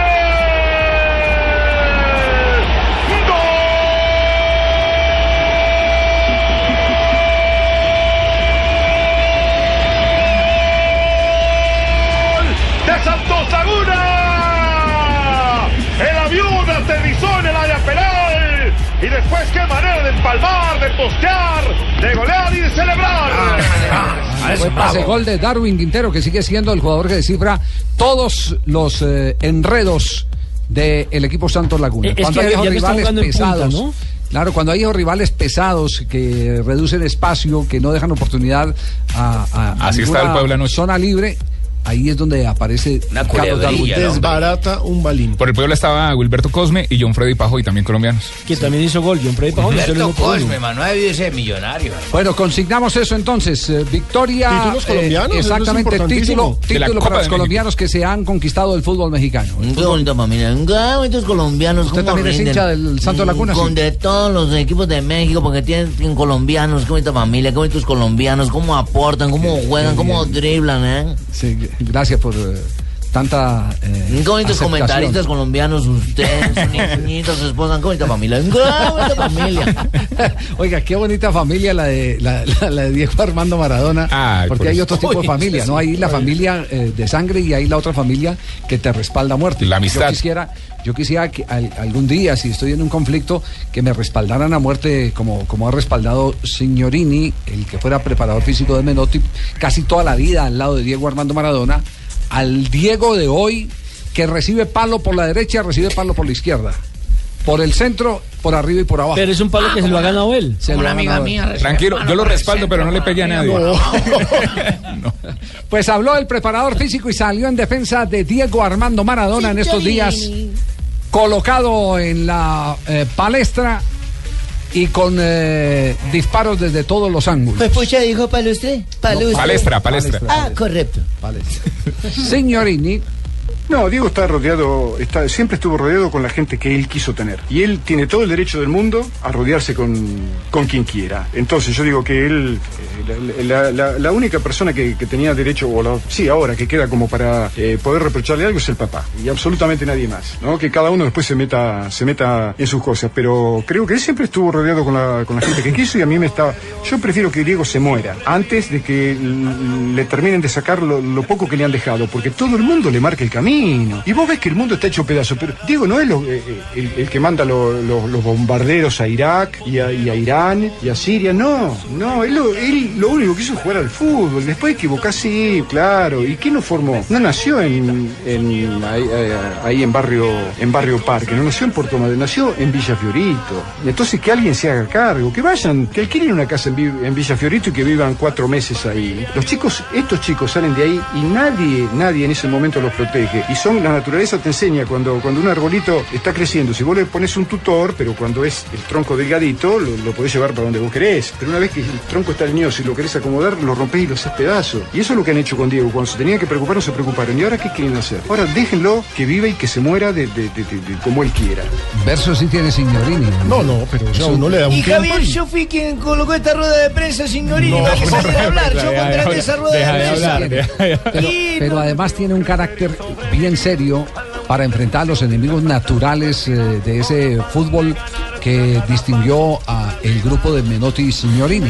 De Santos Laguna. El avión aterrizó en el área penal. Y después qué manera de empalmar, de postear, de golear y de celebrar. Fue pase gol de Darwin Quintero, que sigue siendo el jugador que descifra todos los eh, enredos del equipo Santos Laguna. Es cuando que hay esos rivales pesados, punta, ¿no? Claro, cuando hay esos rivales pesados que reducen espacio, que no dejan oportunidad a, a, Así a está el Puebla anoche. Zona libre. Ahí es donde aparece Una Carlos Darwin. Desbarata un balín. Por el Puebla estaba Wilberto Cosme y John Freddy Pajoy, también colombianos. Que también hizo gol, John Freddy Pajoy. Wilberto Cosme, man, no ha debido ser millonario. Man. Bueno, consignamos eso entonces. Eh, victoria. Títulos colombianos. Eh, exactamente, es título, título para los colombianos México. que se han conquistado el fútbol mexicano. Un qué bonita familia. Un qué bonitos colombianos. ¿Usted también es hincha del Santos Laguna? Con Sí. de todos los equipos de México, porque tienen, tienen colombianos. Qué bonita familia, qué bonitos colombianos. Cómo aportan, cómo juegan, cómo driblan, ¿eh? Sí, gracias por eh, tanta. Eh, Qué bonitos aceptación. comentaristas colombianos, ustedes, sus niñitos, su esposa, qué bonita familia. Qué bonita familia. Oiga, qué bonita familia la de la, la, la de Diego Armando Maradona. Ay, porque por hay eso. otro tipo de Uy, familia, ¿no? Hay la familia eh, de sangre y hay la otra familia que te respalda a muerte. La amistad. Yo quisiera, yo quisiera que al, algún día, si estoy en un conflicto, que me respaldaran a muerte como, como ha respaldado Signorini, el que fuera preparador físico de Menotti, casi toda la vida al lado de Diego Armando Maradona, al Diego de hoy, que recibe palo por la derecha, recibe palo por la izquierda. por el centro, por arriba y por abajo. Pero es un palo ah, que se lo ha ganado él. Se una amiga mía. Tranquilo, yo lo respaldo, pero no le pegué a nadie. No. No. Pues habló el preparador físico y salió en defensa de Diego Armando Maradona en estos días, colocado en la eh, palestra y con eh, disparos desde todos los ángulos. Pues pucha, dijo palustre. Palustre. No, palestra, palestra. Ah, correcto. Palestra. Signorini. No, Diego está rodeado, está, siempre estuvo rodeado con la gente que él quiso tener. Y él tiene todo el derecho del mundo a rodearse con, con quien quiera. Entonces yo digo que él, eh, la, la, la única persona que, que tenía derecho, o la, sí, ahora que queda como para eh, poder reprocharle algo es el papá. Y absolutamente nadie más, ¿no? Que cada uno después se meta, se meta en sus cosas. Pero creo que él siempre estuvo rodeado con la, con la gente que quiso y a mí me está... Yo prefiero que Diego se muera antes de que le terminen de sacar lo, lo poco que le han dejado. Porque todo el mundo le marca el camino. Y vos ves que el mundo está hecho pedazos, pero Diego no es lo, eh, el, el que manda lo, lo, los bombarderos a Irak y a, y a Irán y a Siria, no, no, él lo, él lo único que hizo es jugar al fútbol, después equivocarse, sí, claro, ¿y quién lo formó? No nació en, en ahí, ahí en barrio en barrio Parque, no nació en Puerto Madero, nació en Villa Fiorito. Entonces que alguien se haga cargo, que vayan, que alquilen una casa en, en Villa Fiorito y que vivan cuatro meses ahí. Los chicos, estos chicos salen de ahí y nadie, nadie en ese momento los protege. Y son, la naturaleza te enseña cuando, cuando un arbolito está creciendo, si vos le pones un tutor, pero cuando es el tronco delgadito, lo, lo podés llevar para donde vos querés. Pero una vez que el tronco está leñoso y lo querés acomodar, lo rompés y lo haces pedazo. Y eso es lo que han hecho con Diego. Cuando se tenían que preocupar, no se preocuparon. ¿Y ahora qué quieren hacer? Ahora déjenlo que viva y que se muera de, de, de, de, de como él quiera. Verso sí tiene Signorini. No, no, pero o sea, uno le da un y tiempo. Javier, yo fui quien colocó esta rueda de prensa, Signorini, no, para que saliera a hablar. Yo contraté esa rueda de prensa. De hablar, pero, pero además tiene un carácter bien serio para enfrentar a los enemigos naturales eh, de ese fútbol que distinguió a el grupo de Menotti y Signorini,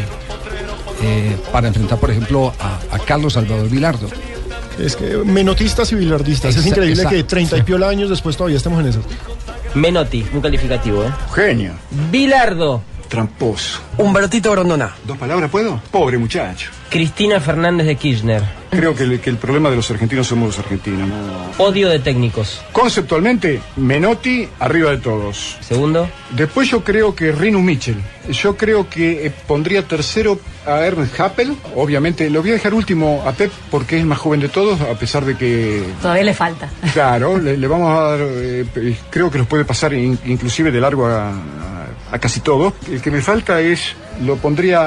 eh, para enfrentar, por ejemplo, a, a Carlos Salvador Vilardo. Es que menotistas y bilardistas. Exa, es increíble exacto, que treinta y piola años después todavía estemos en eso. Menotti, un calificativo, ¿eh? Genio. Bilardo. Tramposo. Humbertito Grondona. ¿Dos palabras puedo? Pobre muchacho. Cristina Fernández de Kirchner. Creo que el, que el problema de los argentinos somos los argentinos, ¿no? Odio de técnicos. Conceptualmente, Menotti arriba de todos. Segundo. Después yo creo que Rinus Michel. Yo creo que eh, pondría tercero a Ernst Happel. Obviamente, lo voy a dejar último a Pep porque es el más joven de todos, a pesar de que... Todavía le falta. Claro, le, le vamos a dar... Eh, creo que los puede pasar in, inclusive de largo a, a, a casi todos. El que me falta es... Lo pondría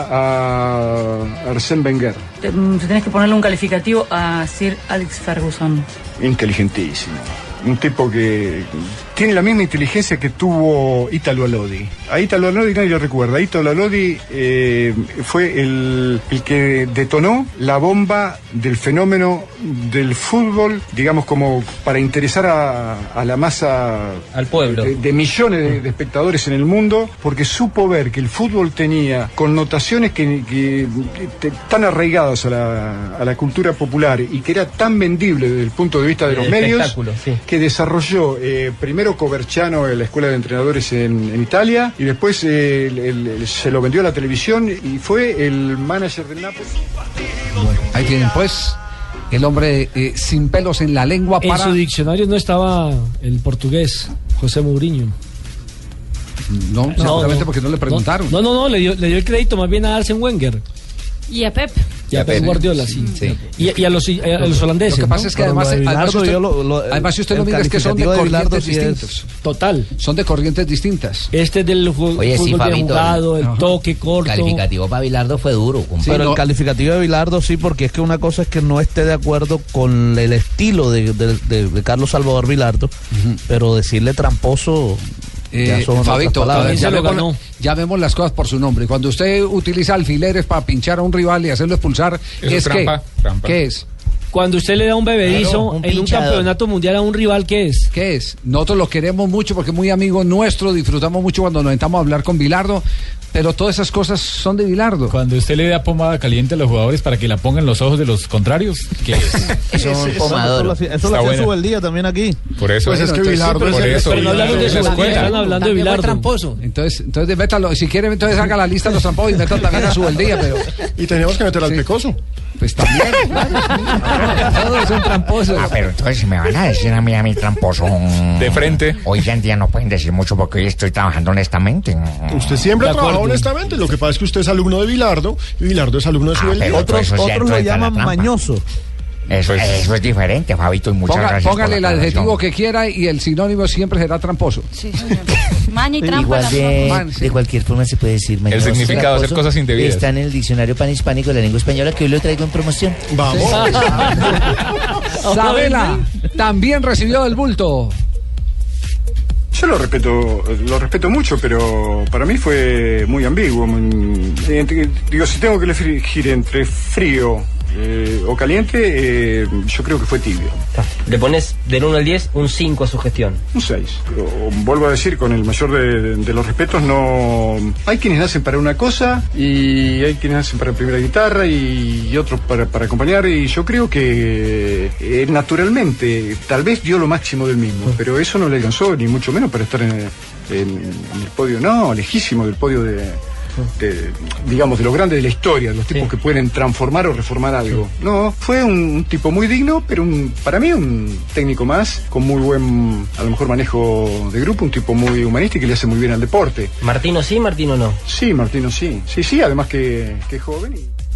a Arsène Wenger. Te, tenés que ponerle un calificativo a Sir Alex Ferguson. Inteligentísimo. Un tipo que tiene la misma inteligencia que tuvo Italo Alodi. A Italo Alodi nadie lo recuerda. Italo Alodi eh, fue el, el que detonó la bomba del fenómeno del fútbol, digamos, como para interesar a, a la masa... Al pueblo. De, de millones de, de espectadores en el mundo, porque supo ver que el fútbol tenía connotaciones que, que, que tan arraigadas a la, a la cultura popular y que era tan vendible desde el punto de vista de los el medios, sí. Que desarrolló eh, primero Coverciano en la escuela de entrenadores en, en Italia y después eh, el, el, el, se lo vendió a la televisión y fue el manager del Napoli. Bueno, ahí tienen pues el hombre eh, sin pelos en la lengua para... En su diccionario no estaba el portugués José Mourinho. No, no seguramente no, porque no le preguntaron. No, no, no, le dio, le dio el crédito más bien a Arsène Wenger. Y a Pep. Y a Pep Guardiola, sí. sí. Y, y a, los, a los holandeses. Lo que pasa ¿no? es que además, además, usted, lo, lo, además si usted lo mira es que son de corrientes de distintas. Sí Total. Son de corrientes distintas. Este es del fútbol Oye, sí, bien jugado, el Ajá. toque corto. El calificativo para Bilardo fue duro. Sí, pero no. el calificativo de Bilardo sí, porque es que una cosa es que no esté de acuerdo con el estilo de, de, de, de Carlos Salvador Bilardo, uh-huh. pero decirle tramposo... Eh, Fabito, ya vemos, ya vemos las cosas por su nombre. Cuando usted utiliza alfileres para pinchar a un rival y hacerlo expulsar, ¿qué es trampa, que? Trampa. ¿Qué es? Cuando usted le da un bebedizo claro, un en un campeonato mundial a un rival, ¿qué es? ¿Qué es? Nosotros lo queremos mucho porque es muy amigo nuestro, disfrutamos mucho cuando nos sentamos a hablar con Bilardo, Pero todas esas cosas son de Bilardo. Cuando usted le da pomada caliente a los jugadores para que la pongan en los ojos de los contrarios, ¿qué es? Son pomadores. Eso lo hacía el día también aquí. Por eso. Pues es que Bilardo por eso. Pero no hablamos de su escuela. Están hablando de Bilardo. Tramposo. Entonces, entonces métalo, si quieren, entonces haga la lista de los tramposos y métalo también a su el día, pero. Y tenemos que meter al pecoso. Pues también. Todos son tramposos. Ah, pero entonces me van a decir a mí, a mi tramposo. De frente. Hoy en día no pueden decir mucho porque hoy estoy trabajando honestamente. Usted siempre ha trabajado honestamente. Lo que pasa es que usted es alumno de Bilardo y Bilardo es alumno de su Ah, pero Otros, eso sí otros lo entra en la llaman trampa. mañoso. Eso es, eso es diferente, Fabito, y muchas Ponga- gracias. póngale por el la adjetivo aclaración. que quiera y el sinónimo siempre será tramposo. Sí, señor. Maña y trampa. Igual las de, dos. de cualquier forma se puede decir mañoso, significado de hacer tramposo, cosas indebidas. Está en el diccionario panhispánico de la lengua española que hoy lo traigo en promoción. Vamos. Sabela también recibió el bulto. Yo lo respeto, lo respeto mucho, pero para mí fue muy ambiguo. muy- entre- digo, si tengo que elegir entre frío eh, o caliente, eh, yo creo que fue tibio. Le pones del uno al diez un cinco a su gestión. Un seis. O- Vuelvo a decir, con el mayor de, de los respetos, no. Hay quienes nacen para una cosa y hay quienes nacen para primera guitarra y, y otros para, para acompañar. Y yo creo que eh, naturalmente, tal vez dio lo máximo del mismo, pero eso no le alcanzó, ni mucho menos para estar en, en- en el podio, no, lejísimo del podio de. de, digamos, de los grandes de la historia, de los tipos que pueden transformar o reformar algo. No, fue un, un tipo muy digno, pero un, para mí un técnico más, con muy buen, a lo mejor, manejo de grupo, un tipo muy humanista y que le hace muy bien al deporte. Martino sí, Martino no. Sí, Martino sí, sí, sí, además que, que es joven.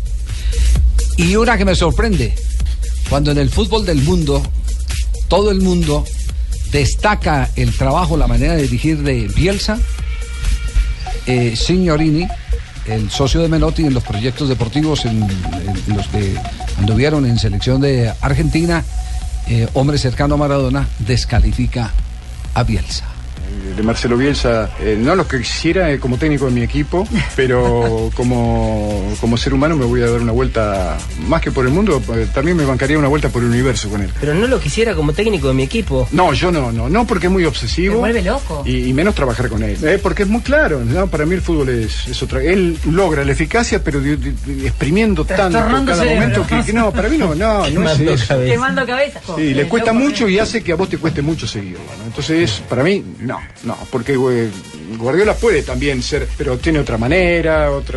Y... Y una que me sorprende, cuando en el fútbol del mundo, todo el mundo destaca el trabajo, la manera de dirigir de Bielsa, eh, Signorini, el socio de Menotti en los proyectos deportivos en, en los que anduvieron en selección de Argentina, eh, hombre cercano a Maradona, descalifica a Bielsa. de Marcelo Bielsa, eh, no lo que quisiera eh, como técnico de mi equipo, pero como, como ser humano me voy a dar una vuelta, más que por el mundo, eh, también me bancaría una vuelta por el universo con él. Pero no lo quisiera como técnico de mi equipo. No, yo no, no, no porque es muy obsesivo. Me vuelve loco. Y, y menos trabajar con él. Eh, porque es muy claro, ¿no? Para mí el fútbol es, es otra. Él logra la eficacia, pero de, de, de, exprimiendo tanto cada cerebro. momento que, que no, para mí no, no, no es eso. Quemando cabeza. Sí, le cuesta mucho y hace que a vos te cueste mucho seguirlo, ¿no? Entonces, para mí, no, no, porque eh, Guardiola puede también ser, pero tiene otra manera, otra,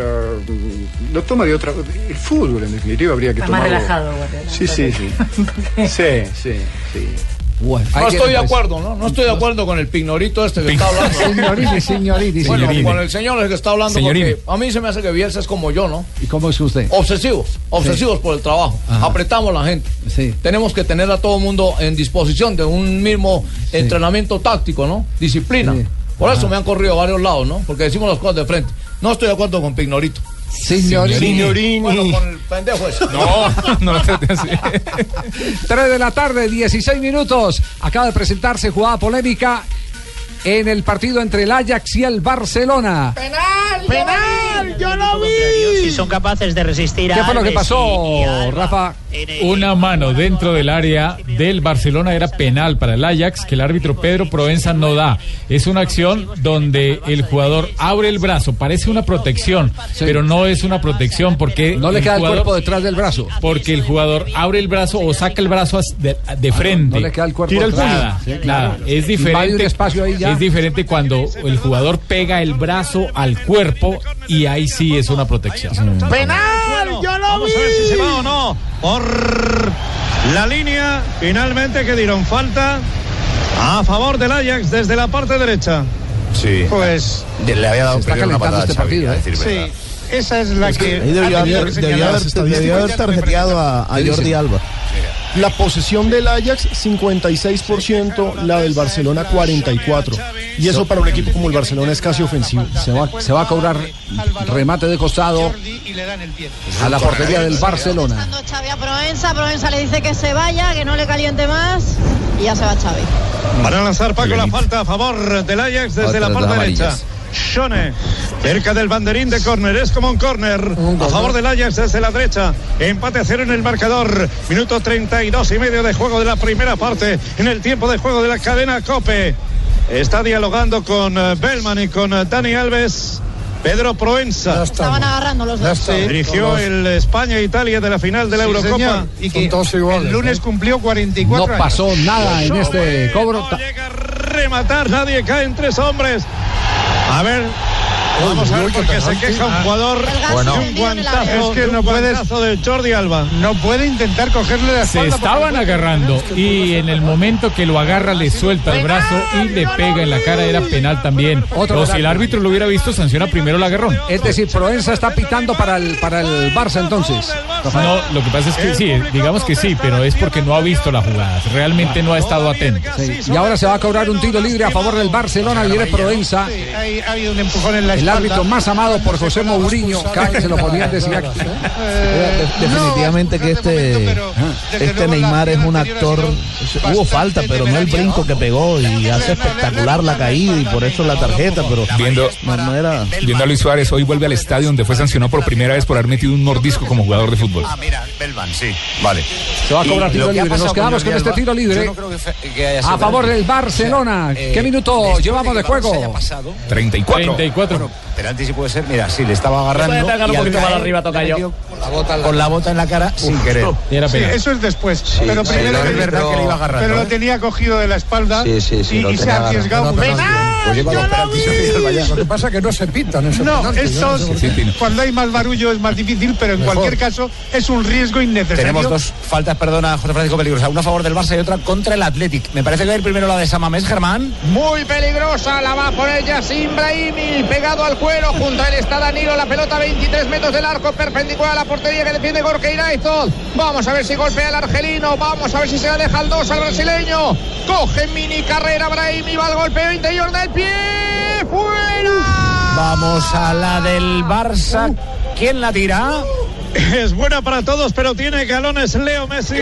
lo toma de otra. El fútbol, en definitiva, habría que Está más tomarlo. relajado, Guardiola. Sí, sí, sí. Sí, sí, sí. Bueno, No hay estoy que- de acuerdo, ¿no? No estoy de acuerdo con el pignorito este que está hablando. Signorini, signorini, Bueno, signorini. con el señor el que está hablando, Signorini. porque a mí se me hace que Bielsa es como yo, ¿no? ¿Y cómo es usted? Obsesivos, obsesivos por el trabajo. Ajá. Apretamos a la gente. Sí. Tenemos que tener a todo el mundo en disposición de un mismo entrenamiento táctico, ¿no? Disciplina. Sí. Por eso Ajá. me han corrido a varios lados, ¿no? Porque decimos las cosas de frente. No estoy de acuerdo con Pignorito. Signorini. Signorini. Bueno, con el pendejo ese. No, no lo trate así. tres de la tarde, dieciséis minutos. Acaba de presentarse jugada polémica en el partido entre el Ajax y el Barcelona. ¡Penal! ¡Penal! ¡Yo lo vi! Si son capaces de resistir a ¿Qué fue lo que Alves pasó, y- y a Alba. Rafa? Una mano dentro del área del Barcelona era penal para el Ajax, que el árbitro Pedro Provenza no da. Es una acción donde el jugador abre el brazo, parece una protección, pero no es una protección porque No le el queda el jugador- cuerpo detrás del brazo. porque el jugador abre el brazo o saca el brazo as- de, de frente. No le queda el cuerpo Tira el atrás. nada, Sí, nada. claro. Es Invade un diferente. espacio ahí ya. Es diferente cuando el jugador pega el brazo al cuerpo y ahí sí es una protección. ¡Penal! ¡Yo lo Vamos vi! a ver si se va o no. Por la línea, finalmente que dieron falta a favor del Ajax desde la parte derecha. Sí. Pues Le había dado Se está primero una calentando patada este a Xavi, partido, a ¿eh? decir verdad. sí, esa es la que. Ahí debió ha haber, tenido que debió señalar. haber, debió haber tarjeteado a, a Jordi Alba. La posesión del Ajax, cincuenta y seis por ciento, la del Barcelona, cuarenta y cuatro por ciento. Y eso para un equipo como el Barcelona es casi ofensivo. Se va, se va a cobrar remate de costado a la portería del Barcelona. Xavi a Provenza, Provenza le dice que se vaya, que no le caliente más y ya se va Xavi. Van a lanzar Paco la falta a favor del Ajax desde la Otras parte amarillas. derecha. Shone, cerca del banderín de córner, es como un córner a favor del Ajax desde la derecha. Empate a cero en el marcador. Minuto treinta y dos y medio de juego de la primera parte en el tiempo de juego de la cadena COPE. Está dialogando con eh, Bellman y con eh, Dani Alves. Pedro Proenza. Estaban agarrando los dos. Sí. Dirigió el España-Italia de la final de la Sí, Eurocopa. señor. Y que el lunes cumplió cuarenta y cuatro No años. pasó nada en este cobro. No llega a rematar, nadie cae en tres hombres. A ver. Vamos a ver porque se queja un jugador Bueno. de un guantazo, Es que de un no puedes- guantazo de Jordi Alba. No puede intentar cogerle la Se espalda. estaban agarrando y en el momento que lo agarra le suelta el brazo y le pega en la cara, era penal también. Otro O si penal. el árbitro lo hubiera visto, sanciona primero el agarrón. Es decir, Proenza está pitando para el, para el Barça entonces. No, lo que pasa es que sí, digamos que sí, pero es porque no ha visto la jugada, realmente no ha estado atento. Sí, y ahora se va a cobrar un tiro libre a favor del Barcelona. Viene Proenza. Hay- ha habido un empujón en la El espalda. árbitro más amado por José Mourinho, cada vez se lo podían decir aquí. Eh, de- definitivamente que este, este Neymar es un actor. Hubo falta, pero no el brinco que pegó y hace espectacular la caída y por eso la tarjeta, pero Viendo, no, no era. viendo a Luis Suárez, hoy vuelve al estadio donde fue sancionado por primera vez por haber metido un mordisco como jugador de fútbol. Ah, mira, Belvan, sí, vale. Se va a cobrar Y tiro lo que ha libre. Nos pasado quedamos con con este Jordi tiro Alba, libre yo no creo que fe- que haya a sido favor penalti. del Barcelona. O sea, ¿Qué eh, minuto después llevamos de de que el balón se juego? haya pasado, treinta y cuatro. treinta y cuatro. penalti sí puede ser, mira, sí, le estaba agarrando. Puede pegar un y al poquito más caer, arriba, le tocayo. metió Con la bota en la cara sin querer. Era Sí, penal. eso es después. pero sí, primero pero es verdad que le iba agarrando, pero lo ¿eh? tenía cogido de la espalda Sí, sí, sí, y, lo y se tenía ha arriesgado. agarrado. mucho. Pues lleva dos penaltis seguidos, vaya. Lo que pasa es que no se pitan. No, eso es- cuando hay más barullo es más difícil, pero en cualquier caso es un riesgo innecesario. Tenemos dos faltas, perdona, José Francisco, peligrosas. Una a favor del Barça y otra contra el Athletic. Me parece que va a ir primero la de Samamés, Germán. Muy peligrosa, la va a poner Yacine Brahimi, pegado al cuero, junto a él está Danilo, la pelota a veintitrés metros del arco, perpendicular a la portería que defiende Gorka Iraizot. Vamos a ver si golpea al argelino, vamos a ver si se la deja al dos al brasileño. Coge mini carrera Brahimi, va al golpeo interior del pie, fuera. Vamos a la del Barça. ¿Quién la tira? Es buena para todos, pero tiene galones Leo Messi.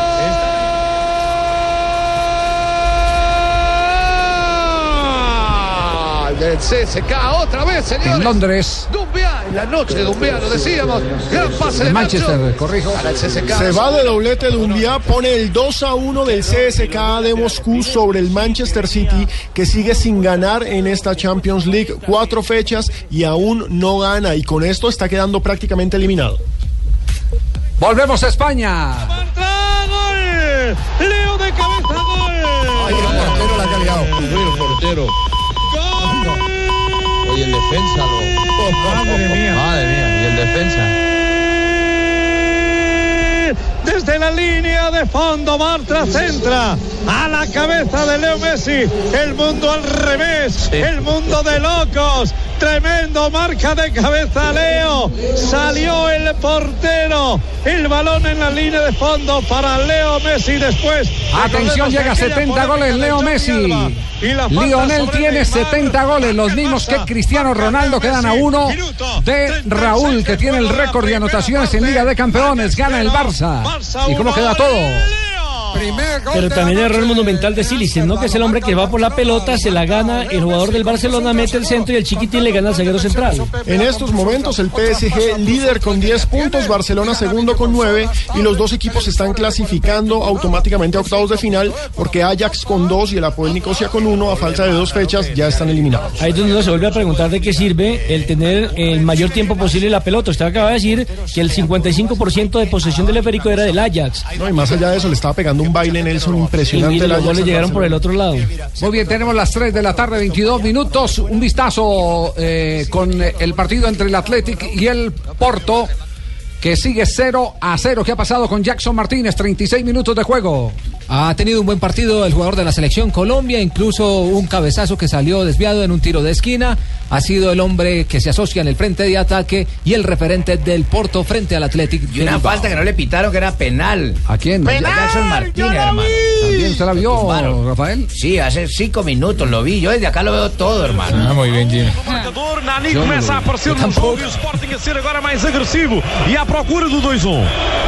Del C S K otra vez, señores. En Londres. Dumbia, en la noche de Dumbia, lo decíamos. Gran pase de En Manchester, Nacho. corrijo. Para el C S K. Se va de doblete Dumbia, pone el dos a uno del C S K A de Moscú sobre el Manchester City, que sigue sin ganar en esta Champions League. Cuatro fechas y aún no gana, y con esto está quedando prácticamente eliminado. Volvemos a España. ¡Gol! ¡Leo de cabeza, gol! Ay, el portero la que ha liado. El portero. Oye, el defensa lo. Madre mía. Madre mía, y el defensa. Desde la línea de fondo, Bartra centra a la cabeza de Leo Messi. El mundo al revés, el mundo de locos. Tremendo marca de cabeza Leo. Salió el portero. El balón en la línea de fondo para Leo Messi después. Atención, llega a setenta goles Leo Messi. Lionel tiene setenta goles, los mismos que Cristiano Ronaldo, quedan a uno de Raúl, que tiene el récord de anotaciones en Liga de Campeones. Gana el Barça. ¿Y cómo queda todo? Pero también el error monumental de Silicen, ¿no? Que es el hombre que va por la pelota, se la gana, el jugador del Barcelona mete el centro y el chiquitín le gana al zaguero central. En estos momentos el P S G líder con diez puntos, Barcelona segundo con nueve, y los dos equipos están clasificando automáticamente a octavos de final, porque Ajax con dos y el Apoel Nicosia con uno, a falta de dos fechas ya están eliminados. Ahí es donde uno se vuelve a preguntar de qué sirve el tener el mayor tiempo posible la pelota. Usted acaba de decir que el cincuenta y cinco por ciento de posesión del esférico era del Ajax. No, y más allá de eso, le estaba pegando un baile Nelson Y impresionante. mire, el los Ajax goles al llegaron por el otro lado. Muy bien, tenemos las tres de la tarde, veintidós minutos. Un vistazo eh, con el partido entre el Athletic y el Porto, que sigue cero a cero. ¿Qué ha pasado con Jackson Martínez? treinta y seis minutos de juego. Ha tenido un buen partido el jugador de la selección Colombia, incluso un cabezazo que salió desviado en un tiro de esquina. Ha sido el hombre que se asocia en el frente de ataque y el referente del Porto frente al Athletic. Y una falta que no le pitaron, que era penal. ¿A quién? A Jackson Martínez, hermano. ¿También usted la vio, Rafael? Sí, hace cinco minutos lo vi. Yo desde acá lo veo todo, hermano. Ah, muy bien, Jimmy. O Nani começa a aparecer no jogo e o Sporting a ser agora mais agressivo e à procura do dois a um.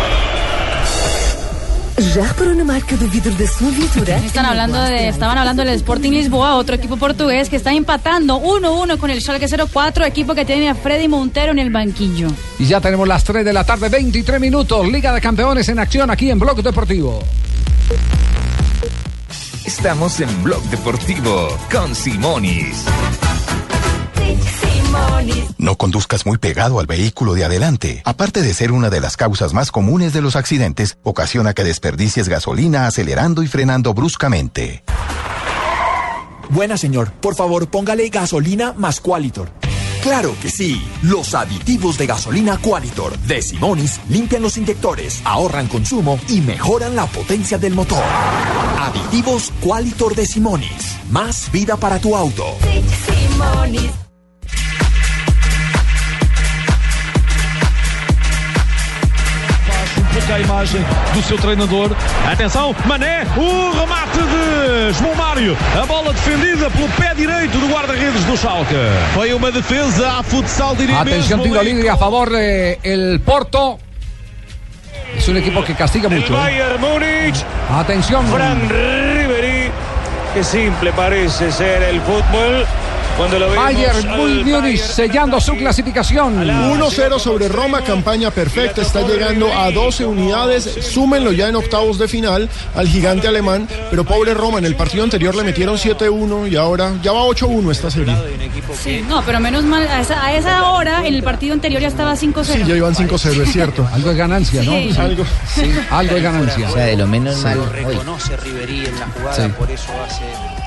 ¿Ya reparó na marca do vidro de su viatura? Están hablando de, estaban hablando del Sporting Lisboa, otro equipo portugués que está empatando uno uno con el Schalke cero cuatro, equipo que tiene a Freddy Montero en el banquillo. Y ya tenemos las tres de la tarde, veintitrés minutos. Liga de Campeones en acción aquí en Blog Deportivo. Estamos en Blog Deportivo con Simonis. No conduzcas muy pegado al vehículo de adelante. Aparte de ser una de las causas más comunes de los accidentes, ocasiona que desperdicies gasolina acelerando y frenando bruscamente. Buena, señor. Por favor, póngale gasolina más Qualitor. ¡Claro que sí! Los aditivos de gasolina Qualitor de Simonis limpian los inyectores, ahorran consumo y mejoran la potencia del motor. Aditivos Qualitor de Simonis. Más vida para tu auto. Simonis. A imagem do seu treinador. Atenção, Mané, o remate de João Mário. A bola defendida pelo pé direito do guarda-redes do Schalke. Foi uma defesa a futsal, diria mesmo. Atención, tiro libre a favor del de Porto. Es un equipo que castiga mucho. El Bayern Múnich. Atención. Fran Ribéry. Qué simple parece ser el fútbol. Cuando lo Bayern Múnich sellando su clasificación. uno cero sobre Roma, campaña perfecta, está llegando a doce unidades, súmenlo ya en octavos de final al gigante alemán, pero pobre Roma, en el partido anterior le metieron siete uno y ahora ya va ocho uno esta serie. Sí, no, pero menos mal, a esa, a esa hora en el partido anterior ya estaba cinco cero. Sí, ya iban cinco cero, es cierto. Algo de ganancia, ¿no? Sí. Sí. Algo, sí, algo de ganancia. O sea, de lo menos Se mal. lo reconoce Ribéry en la jugada, Sí. por eso hace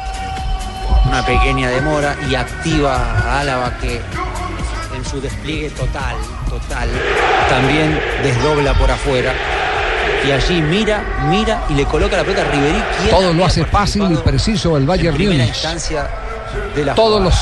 una pequeña demora y activa a Álava, que en su despliegue total, total, también desdobla por afuera. Y allí mira, mira y le coloca la pelota a Ribéry. Todo lo hace fácil y preciso el Bayern Múnich. Todos los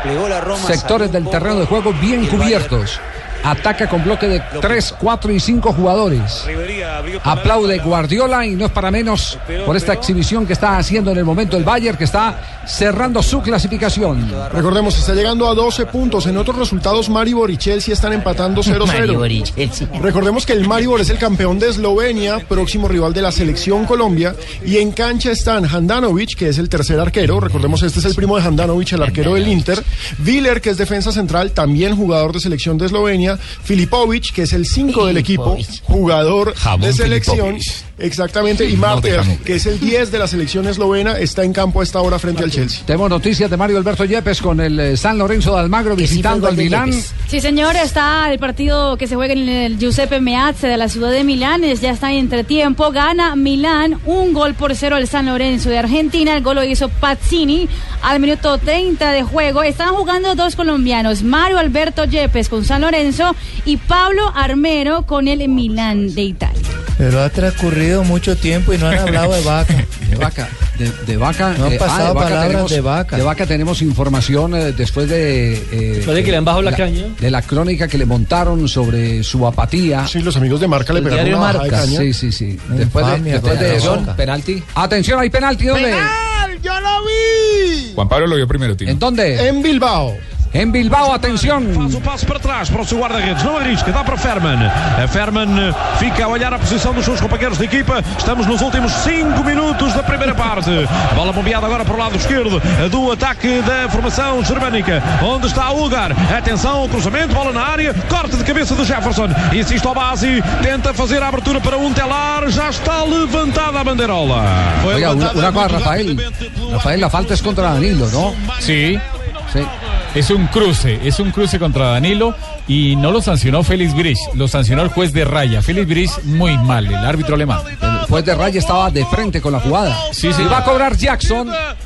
sectores del terreno de juego bien cubiertos. Ataca con bloque de tres, cuatro y cinco jugadores. Aplaude Guardiola y no es para menos por esta exhibición que está haciendo en el momento el Bayern, que está cerrando su clasificación. Recordemos, está llegando a doce puntos. En otros resultados, Maribor y Chelsea están empatando cero cero. Maribor y Chelsea. Recordemos que el Maribor es el campeón de Eslovenia, próximo rival de la selección Colombia. Y en cancha están Handanovic, que es el tercer arquero. Recordemos, este es el primo de Handanovic, el arquero del Inter. Willer, que es defensa central, también jugador de selección de Eslovenia. Filipovic, que es el cinco del equipo, jugador Jamón de selección. Filipovic. Exactamente. Y No Marter, dejamos. que es el diez de la selección eslovena, está en campo a esta hora frente al Chelsea. Tenemos noticias de Mario Alberto Yepes con el eh, San Lorenzo de Almagro visitando al Milán. Sí, señor, está el partido que se juega en el Giuseppe Meazza de la ciudad de Milán. Es- Ya está en entretiempo. Gana Milán un gol por cero al San Lorenzo de Argentina. El gol lo hizo Pazzini al minuto treinta de juego. Están jugando dos colombianos, Mario Alberto Yepes con San Lorenzo y Pablo Armero con el Milán de Italia. Pero ha transcurrido mucho tiempo y no han hablado de Vaca. De Vaca, de, de Vaca. No han eh, pasado de Vaca palabras tenemos, de Vaca. De Vaca tenemos información eh, después de... eh, Después de que le han bajado la caña. De la crónica que le montaron sobre su apatía. Sí, los amigos de Marca le El pegaron diario una bajada de Marca. caña. Sí, sí, sí. Después de, Infamia, después de Atención, eso, penalti. Atención, hay penalti. ¿Dónde? ¡Yo lo vi! Juan Pablo lo vio primero, Tino. ¿En dónde? En Bilbao. En Bilbao, atención. Faz o passo para trás para o seu guarda-redes, não arrisca, dá para Ferman. A Ferman eh, fica a olhar a posição dos seus companheiros de equipa. Estamos nos últimos cinco minutos da primeira parte. A bola bombeada agora para o lado esquerdo do ataque da formação germânica, onde está o lugar. Atenção, cruzamento, bola na área, corte de cabeça do Jefferson. Insiste ao base, tenta fazer a abertura para um telar. Já está levantada a bandeirola. Foi Oiga, una, levantada una cosa, muito Rafael. rapidamente. Rafael, la falta es contra Danilo, ¿no? Sí, Sí. es un cruce, es un cruce contra Danilo y no lo sancionó Félix Brich, lo sancionó el juez de raya. Félix Brich muy mal, el árbitro alemán. El juez de raya estaba de frente con la jugada. Sí, sí. Y va a cobrar Jackson.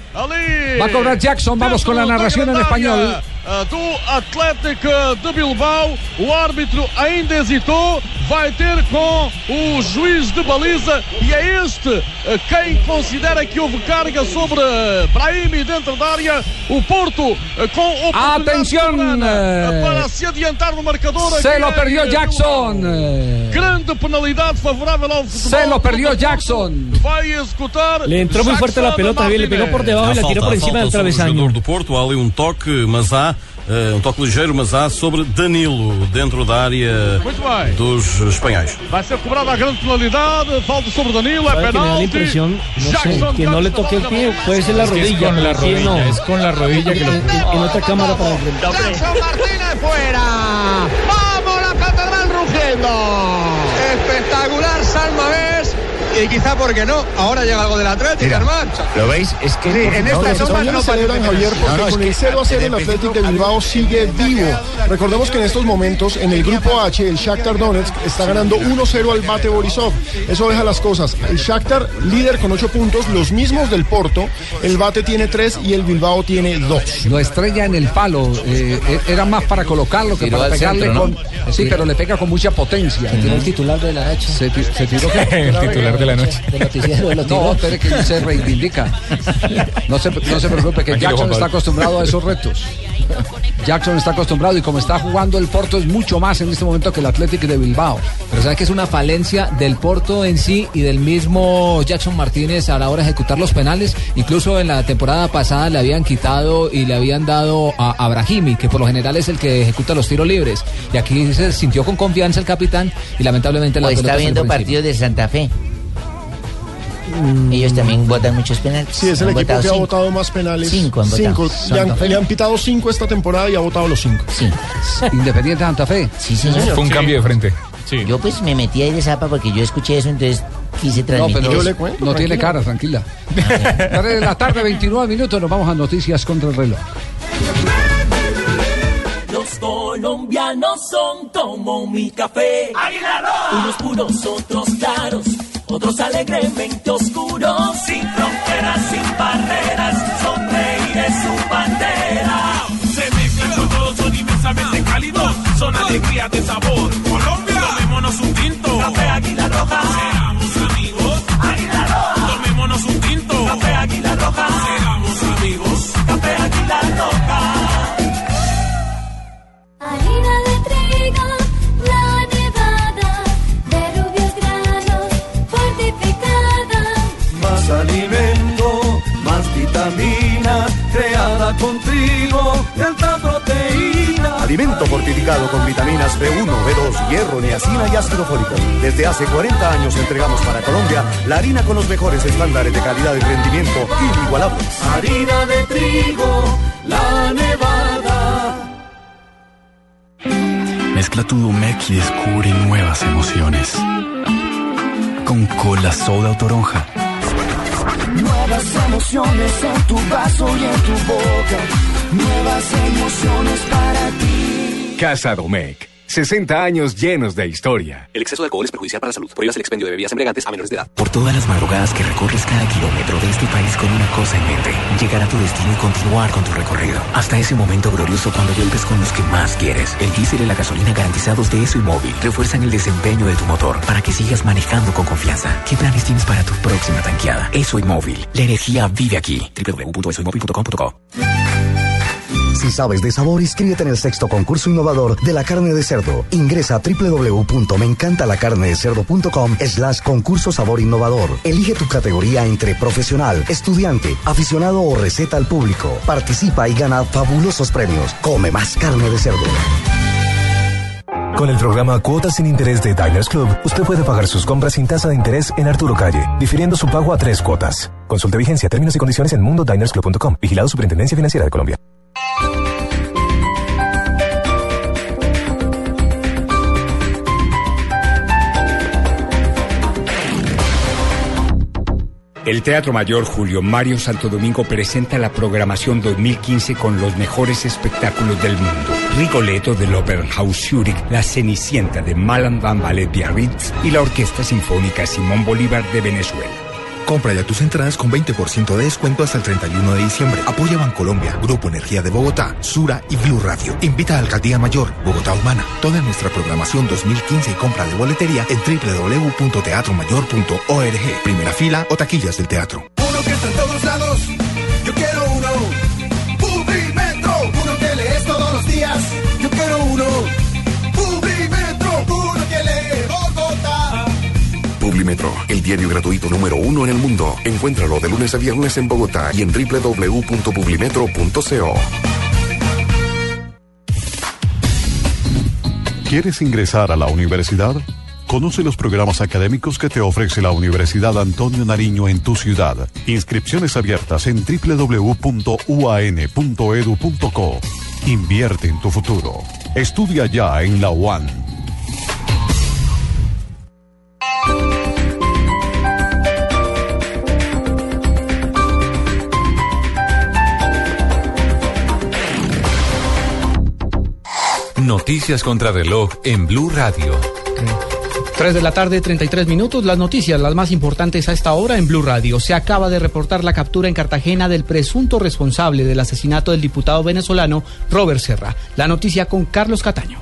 Ali. Va a cobrar Jackson. Vamos con la narración en español. Do Atlético de Bilbao, o árbitro ainda hesitou, vai ter com o juiz de baliza e é este eh, quem considera que houve carga sobre Brahimi dentro da área. O Porto eh, com oportunidade Atención, soberana, eh, eh, para se adiantar no marcador. Se aqui lo é perdió de Jackson. Bilbao. Grande penalidade favorável ao futebol. Se lo perdió Jackson. Vai executar. Le entró muy fuerte la pelota, bien, le pegó por debajo y la tiró por encima del travesaño. Jogador do Porto, há ali um toque, mas há uh, um toque ligeiro, mas há sobre Danilo dentro da área Muito bem. dos espanhóis. Vai ser cobrada a grande penalidade, falta sobre Danilo, é ¿Sabe que me da la penalti. impresión? No sé, Jackson que no le toque el pie, puede ser la Es que es rodilla. con la pero el pie rodilla, no. es con la rodilla que lo... En, en- en otra cámara para enfrentar. Jackson Martínez fuera. ¡Vamos, la catedral rugiendo! Espectacular San Mamés. y quizá porque no, ahora llega algo del Atlético, hermano. ¿Lo veis? Es que sí, en esta toma no celebran, Javier, porque no, no, con el cero a cero el Atlético de Bilbao sigue vivo. Recordemos que en estos momentos, en el grupo H, el Shakhtar Donetsk está ganando uno cero al Bate Borisov. Eso deja las cosas. El Shakhtar, líder con ocho puntos, los mismos del Porto. El Bate tiene tres y el Bilbao tiene dos. Lo estrella en el palo. Eh, era más para colocarlo que para pegarle centro, ¿no? con... Sí, pero le pega con mucha potencia. Se tiró el titular de la noche. Se, se tiró el titular de la noche. De noticiero, de no, espere que se reivindica. No se, no se preocupe, que Jackson está acostumbrado a esos retos. Jackson está acostumbrado y como está jugando el Porto es mucho más en este momento que el Atlético de Bilbao. Pero sabe que es una falencia del Porto en sí y del mismo Jackson Martínez a la hora de ejecutar los penales. Incluso en la temporada pasada le habían quitado y le habían dado a, a Brahimi, que por lo general es el que ejecuta los tiros libres. Y aquí se sintió con confianza el capitán y lamentablemente la pelota está viendo partidos de Santa Fe. Ellos también votan muchos penales. Sí, es el equipo que cinco. ha votado más penales. Cinco han cinco. Le, han, le han pitado cinco esta temporada y ha votado los cinco. Sí. Independiente de Santa Fe. Sí, sí, Fue un sí. cambio de frente. Sí. Yo pues me metí ahí de zapa porque yo escuché eso, entonces quise transmitir. No, pero yo le cuento, no tiene cara, tranquila. tres de la tarde, veintinueve minutos, nos vamos a noticias contra el reloj. Los colombianos son como mi café. ¡Águila Roja! Unos puros, otros claros, otros alegremente oscuros, sin fronteras, sin barreras, sonreír es su bandera. Se mezclan con todos, son inmensamente cálidos, son alegrías de sabor. Colombia, tomémonos un tinto. Café Águila Roja. Seamos amigos. Águila Roja. Tomémonos un tinto. Café Águila Roja. Seamos amigos. Café Águila Roja. Harina de trigo, la nevada, de rubios granos, fortificada. Más alimento, más vitamina, creada con trigo de alta proteína. Alimento fortificado con vitaminas B uno, B dos, hierro, niacina y ácido fólico. Desde hace cuarenta años entregamos para Colombia la harina con los mejores estándares de calidad y rendimiento inigualables. Harina de trigo, la nevada. Mezcla tu Domec y descubre nuevas emociones. Con Cola Soda o Toronja. Nuevas emociones en tu vaso y en tu boca. Nuevas emociones para ti. Casa Domec. sesenta años llenos de historia. El exceso de alcohol es perjudicial para la salud. Prohíbas el expendio de bebidas embriagantes a menores de edad. Por todas las madrugadas que recorres cada kilómetro de este país con una cosa en mente: llegar a tu destino y continuar con tu recorrido. Hasta ese momento glorioso cuando vuelves con los que más quieres. El diésel y la gasolina garantizados de Eso y Móvil refuerzan el desempeño de tu motor para que sigas manejando con confianza. ¿Qué planes tienes para tu próxima tanqueada? Eso y Móvil. La energía vive aquí. doble u doble u doble u punto eso y móvil punto com punto co. Si sabes de sabor, inscríbete en el sexto concurso innovador de la carne de cerdo. Ingresa a doble u doble u doble u punto meencantalacarnedecerdo punto com slash concurso sabor innovador. Elige tu categoría entre profesional, estudiante, aficionado o receta al público. Participa y gana fabulosos premios. Come más carne de cerdo. Con el programa Cuotas sin Interés de Diners Club, usted puede pagar sus compras sin tasa de interés en Arturo Calle, difiriendo su pago a tres cuotas. Consulte vigencia, términos y condiciones en mundo diners club punto com. Vigilado Superintendencia Financiera de Colombia. El Teatro Mayor Julio Mario Santo Domingo presenta la programación dos mil quince con los mejores espectáculos del mundo. Rigoletto del Opernhaus Zurich, La Cenicienta de Malan Van Ballet Biarritz y la Orquesta Sinfónica Simón Bolívar de Venezuela. Compra ya tus entradas con veinte por ciento de descuento hasta el treinta y uno de diciembre. Apoya Bancolombia, Grupo Energía de Bogotá, Sura y Blue Radio. Invita a Alcaldía Mayor, Bogotá Humana. Toda nuestra programación dos mil quince y compra de boletería en doble u doble u doble u punto teatro mayor punto org. Primera fila o taquillas del teatro. Uno que está en todos lados, yo quiero uno. Publimetro, uno que lees todos los días, yo quiero uno. Publimetro, uno que lee Bogotá. Publimetro, el diario gratuito número uno en el mundo. Encuéntralo de lunes a viernes en Bogotá y en doble u doble u doble u punto publimetro punto co. ¿Quieres ingresar a la universidad? Conoce los programas académicos que te ofrece la Universidad Antonio Nariño en tu ciudad. Inscripciones abiertas en doble u doble u doble u punto u a n punto e d u punto co. Invierte en tu futuro. Estudia ya en la U A N. Noticias contra reloj en Blue Radio. tres de la tarde, treinta y tres minutos. Las noticias, las más importantes a esta hora en Blue Radio. Se acaba de reportar la captura en Cartagena del presunto responsable del asesinato del diputado venezolano Robert Serra. La noticia con Carlos Cataño.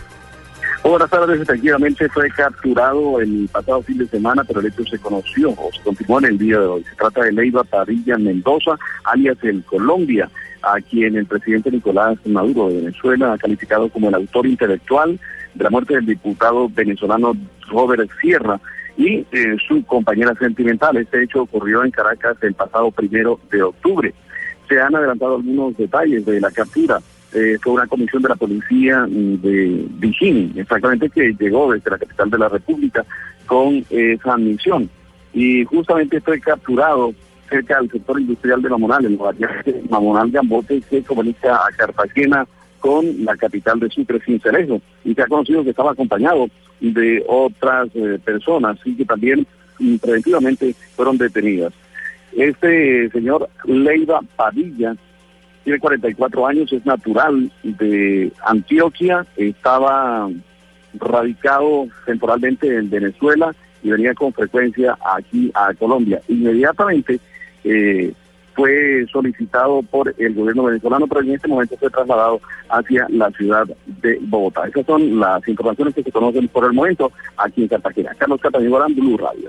Buenas tardes, efectivamente fue capturado el pasado fin de semana, pero el hecho se conoció o se confirmó en el día de hoy. Se trata de Leiva Padilla Mendoza, alias el Colombia, a quien el presidente Nicolás Maduro de Venezuela ha calificado como el autor intelectual de la muerte del diputado venezolano Robert Sierra y eh, su compañera sentimental. Este hecho ocurrió en Caracas el pasado primero de octubre. Se han adelantado algunos detalles de la captura. Eh, fue una comisión de la policía de Vigini, exactamente, que llegó desde la capital de la República con esa misión. Y justamente fue capturado cerca del sector industrial de Mamonal, en la variante Mamonal Gambote, que comunica a Cartagena con la capital de Sucre, Sincelejo, y se ha conocido que estaba acompañado de otras eh, personas y que también mm, preventivamente fueron detenidas. Este señor Leiva Padilla tiene cuarenta y cuatro años, es natural de Antioquia, estaba radicado temporalmente en Venezuela y venía con frecuencia aquí a Colombia. Inmediatamente eh, fue solicitado por el gobierno venezolano, pero en este momento fue trasladado hacia la ciudad de Bogotá. Esas son las informaciones que se conocen por el momento aquí en Cartagena. Carlos Cataño, Blue Radio.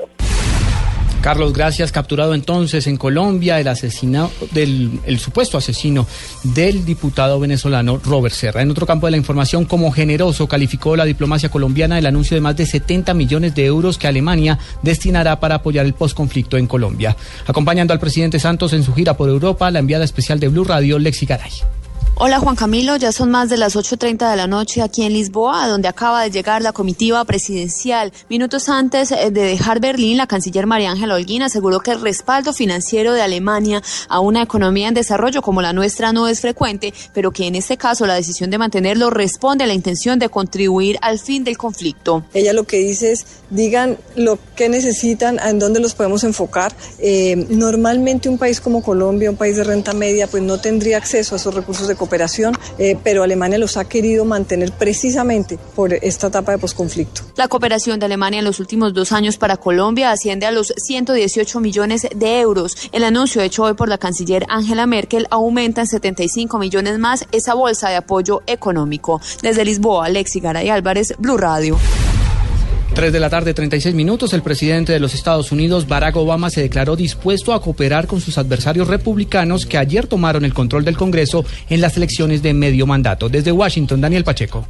Carlos, gracias. Capturado entonces en Colombia el asesino del el supuesto asesino del diputado venezolano Robert Serra. En otro campo de la información, como generoso calificó la diplomacia colombiana el anuncio de más de setenta millones de euros que Alemania destinará para apoyar el posconflicto en Colombia. Acompañando al presidente Santos en su gira por Europa, la enviada especial de Blue Radio, Lexi Garay. Hola Juan Camilo, ya son más de las ocho y treinta de la noche aquí en Lisboa, donde acaba de llegar la comitiva presidencial. Minutos antes de dejar Berlín, la canciller María Ángela Holguín aseguró que el respaldo financiero de Alemania a una economía en desarrollo como la nuestra no es frecuente, pero que en este caso la decisión de mantenerlo responde a la intención de contribuir al fin del conflicto. Ella lo que dice es, digan lo que necesitan, en dónde los podemos enfocar. Eh, normalmente un país como Colombia, un país de renta media, pues no tendría acceso a esos recursos de cooperación, eh, pero Alemania los ha querido mantener precisamente por esta etapa de posconflicto. La cooperación de Alemania en los últimos dos años para Colombia asciende a los ciento dieciocho millones de euros. El anuncio hecho hoy por la canciller Angela Merkel aumenta en setenta y cinco millones más esa bolsa de apoyo económico. Desde Lisboa, Lexi Garay Álvarez, Blue Radio. tres de la tarde, treinta y seis minutos, el presidente de los Estados Unidos, Barack Obama, se declaró dispuesto a cooperar con sus adversarios republicanos que ayer tomaron el control del Congreso en las elecciones de medio mandato. Desde Washington, Daniel Pacheco.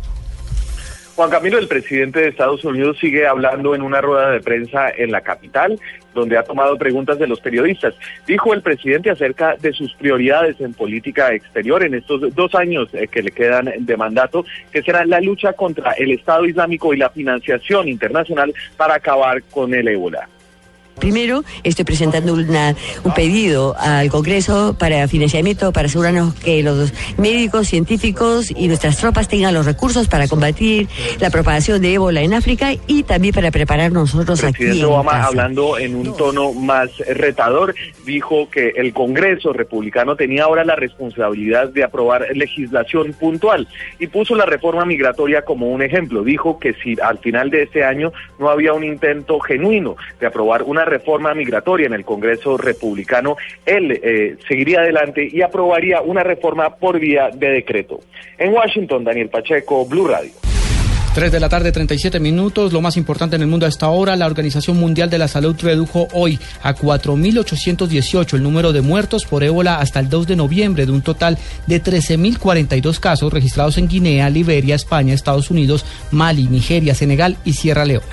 Juan Camilo, el presidente de Estados Unidos sigue hablando en una rueda de prensa en la capital, donde ha tomado preguntas de los periodistas. Dijo el presidente acerca de sus prioridades en política exterior en estos dos años eh, que le quedan de mandato, que será la lucha contra el Estado Islámico y la financiación internacional para acabar con el ébola. Primero, estoy presentando una, un pedido al Congreso para financiamiento, para asegurarnos que los médicos, científicos y nuestras tropas tengan los recursos para combatir la propagación de ébola en África y también para prepararnos nosotros aquí en El presidente Obama, casa. hablando en un tono más retador, dijo que el Congreso republicano tenía ahora la responsabilidad de aprobar legislación puntual y puso la reforma migratoria como un ejemplo. Dijo que si al final de este año no había un intento genuino de aprobar una reforma migratoria en el Congreso republicano, él eh, seguiría adelante y aprobaría una reforma por vía de decreto. En Washington, Daniel Pacheco, Blue Radio. tres de la tarde, treinta y siete minutos. Lo más importante en el mundo a esta hora, la Organización Mundial de la Salud redujo hoy a cuatro mil ochocientos dieciocho el número de muertos por ébola hasta el dos de noviembre, de un total de trece mil cuarenta y dos casos registrados en Guinea, Liberia, España, Estados Unidos, Mali, Nigeria, Senegal y Sierra Leona.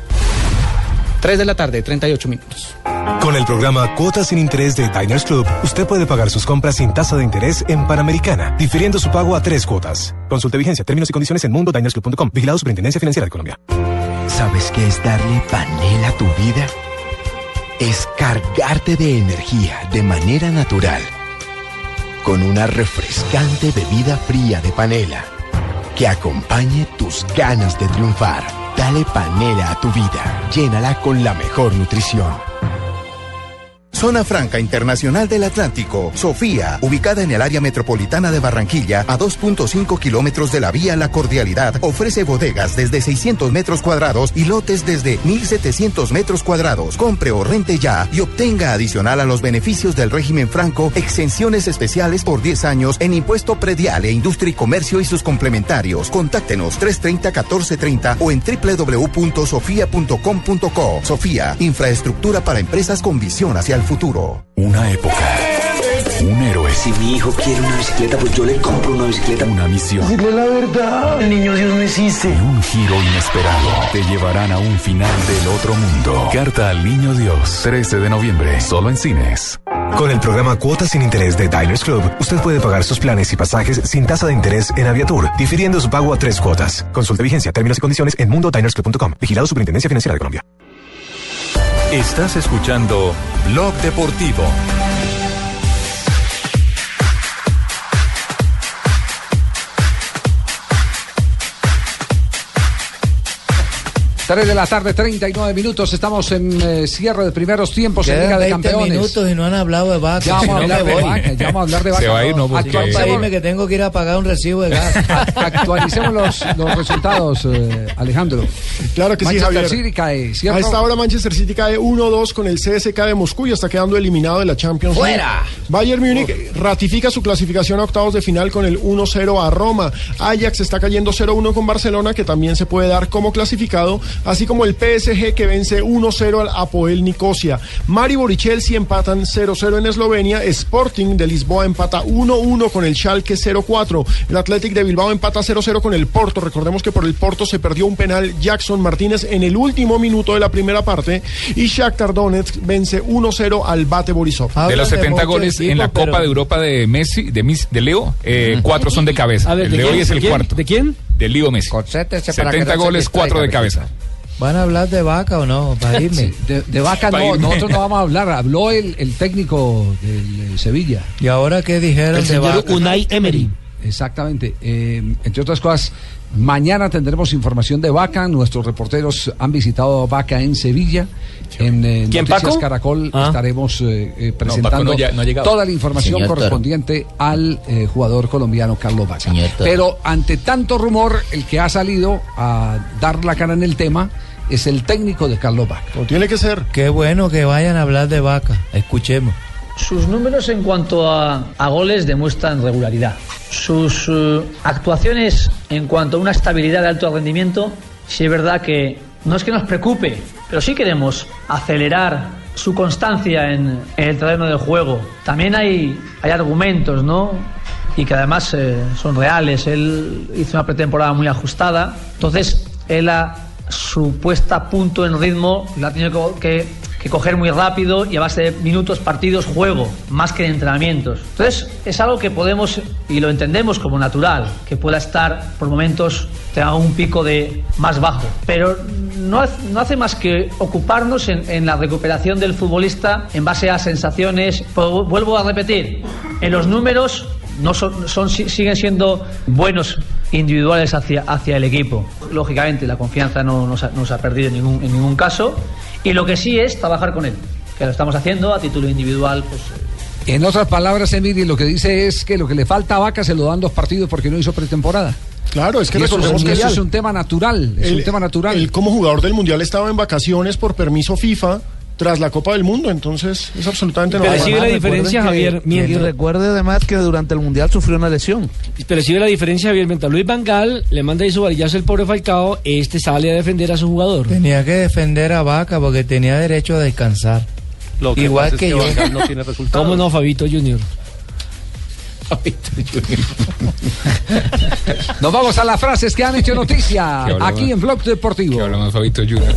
tres de la tarde, treinta y ocho minutos. Con el programa Cuotas sin Interés de Diners Club, usted puede pagar sus compras sin tasa de interés en Panamericana, difiriendo su pago a tres cuotas. Consulte vigencia, términos y condiciones en mundo diners club punto com. Vigilado Superintendencia Financiera de Colombia. ¿Sabes qué es darle panela a tu vida? Es cargarte de energía de manera natural, con una refrescante bebida fría de panela que acompañe tus ganas de triunfar. Dale panela a tu vida, llénala con la mejor nutrición. Zona Franca Internacional del Atlántico. Sofía, ubicada en el área metropolitana de Barranquilla, a dos punto cinco kilómetros de la vía La Cordialidad, ofrece bodegas desde seiscientos metros cuadrados y lotes desde mil setecientos metros cuadrados. Compre o rente ya y obtenga, adicional a los beneficios del régimen franco, exenciones especiales por diez años en impuesto predial e industria y comercio y sus complementarios. Contáctenos tres treinta, catorce treinta o en doble u doble u doble u punto sofía punto com punto co. Sofía, infraestructura para empresas con visión hacia el futuro. Una época. Un héroe. Si mi hijo quiere una bicicleta, pues yo le compro una bicicleta. Una misión. Dile la verdad. El niño Dios no existe. Y un giro inesperado. Te llevarán a un final del otro mundo. Carta al Niño Dios. trece de noviembre. Solo en cines. Con el programa Cuotas sin Interés de Diners Club, usted puede pagar sus planes y pasajes sin tasa de interés en Aviatur, difiriendo su pago a tres cuotas. Consulte vigencia, términos y condiciones en mundo diners club punto com. Vigilado Superintendencia Financiera de Colombia. Estás escuchando Blog Deportivo. tres de la tarde, treinta y nueve minutos. Estamos en eh, cierre de primeros tiempos en Liga de Campeones. minutos y no han hablado de Vaca. Ya vamos a hablar de Vaca. Ya vamos a hablar de Vaca. Se va a ir, no, porque... Actualicemos que tengo que ir a pagar un recibo de gas. Actualicemos los, los resultados, eh, Alejandro. Claro que Manchester sí, Javier. City cae, ¿cierto? A esta hora Manchester City cae uno dos con el C S K de Moscú y está quedando eliminado de la Champions League. ¡Fuera! Bayern Múnich oh. ratifica su clasificación a octavos de final con el uno cero a Roma. Ajax está cayendo cero uno con Barcelona, que también se puede dar como clasificado, así como el P S G que vence uno cero al Apoel Nicosia. Maribor y Chelsea empatan cero cero en Eslovenia. Sporting de Lisboa empata uno uno con el Schalke cero cuatro. El Athletic de Bilbao empata cero cero con el Porto. Recordemos que por el Porto se perdió un penal Jackson Martínez en el último minuto de la primera parte. Y Shakhtar Donetsk vence uno cero al Bate Borisov. De los setenta goles equipo, en la Copa pero... de Europa de Messi, de, Miss, de Leo, eh, cuatro son de cabeza. A ver, el de, de hoy es el quién? cuarto. ¿De quién? De Leo Messi. setenta goles, cuatro de cabeza. ¿Van a hablar de Vaca o no? Para irme. Sí, de, de Vaca no, nosotros no vamos a hablar. Habló el, el técnico del Sevilla. ¿Y ahora qué dijeron el de Vaca? Unai Emery. Exactamente. Eh, entre otras cosas, mañana tendremos información de Vaca. Nuestros reporteros han visitado a Vaca en Sevilla. En eh, ¿Quién, Noticias Paco? Caracol ¿Ah? estaremos eh, eh, presentando no, no no toda la información Señor correspondiente Toro. al eh, jugador colombiano Carlos Vaca. Pero ante tanto rumor, el que ha salido a dar la cara en el tema es el técnico de Carlos Vaca. No tiene que ser. Qué bueno que vayan a hablar de Vaca. Escuchemos. Sus números en cuanto a, a goles demuestran regularidad. Sus uh, actuaciones en cuanto a una estabilidad de alto rendimiento, sí es verdad que no es que nos preocupe, pero sí queremos acelerar su constancia en, en el terreno de juego. También hay, hay argumentos, ¿no? Y que además eh, son reales. Él hizo una pretemporada muy ajustada, entonces él ha su puesta a punto en ritmo la ha tenido que, que coger muy rápido y a base de minutos, partidos, juego, más que de entrenamientos. Entonces es algo que podemos y lo entendemos como natural, que pueda estar por momentos, tenga un pico de más bajo, pero no, no hace más que ocuparnos en, en la recuperación del futbolista en base a sensaciones. Vuelvo a repetir, en los números no son, son siguen siendo buenos individuales hacia, hacia el equipo. Lógicamente la confianza no, no, se, no se ha perdido en ningún, en ningún caso, y lo que sí es trabajar con él, que lo estamos haciendo a título individual. Pues, eh. En otras palabras, Emilio, lo que dice es que lo que le falta a Vaca se lo dan dos partidos porque no hizo pretemporada. Claro, es que eso, recordemos que eso es un tema natural, es el, un tema natural. Él como jugador del Mundial estaba en vacaciones por permiso FIFA tras la Copa del Mundo, entonces es absolutamente normal. Pero sí ve la diferencia, Javier. Y recuerde además que durante el Mundial sufrió una lesión. Pero sí ve la diferencia, Javier. Mientras Luis Van Gaal le manda ahí su varillazo al pobre Falcao, este sale a defender a su jugador. Tenía que defender a Vaca porque tenía derecho a descansar. Lo que Igual que, que yo. No tiene resultados. ¿Cómo no, Fabito Junior? Nos vamos a las frases que han hecho noticia aquí en Blog Deportivo. Que hablamos, Fabito Junior.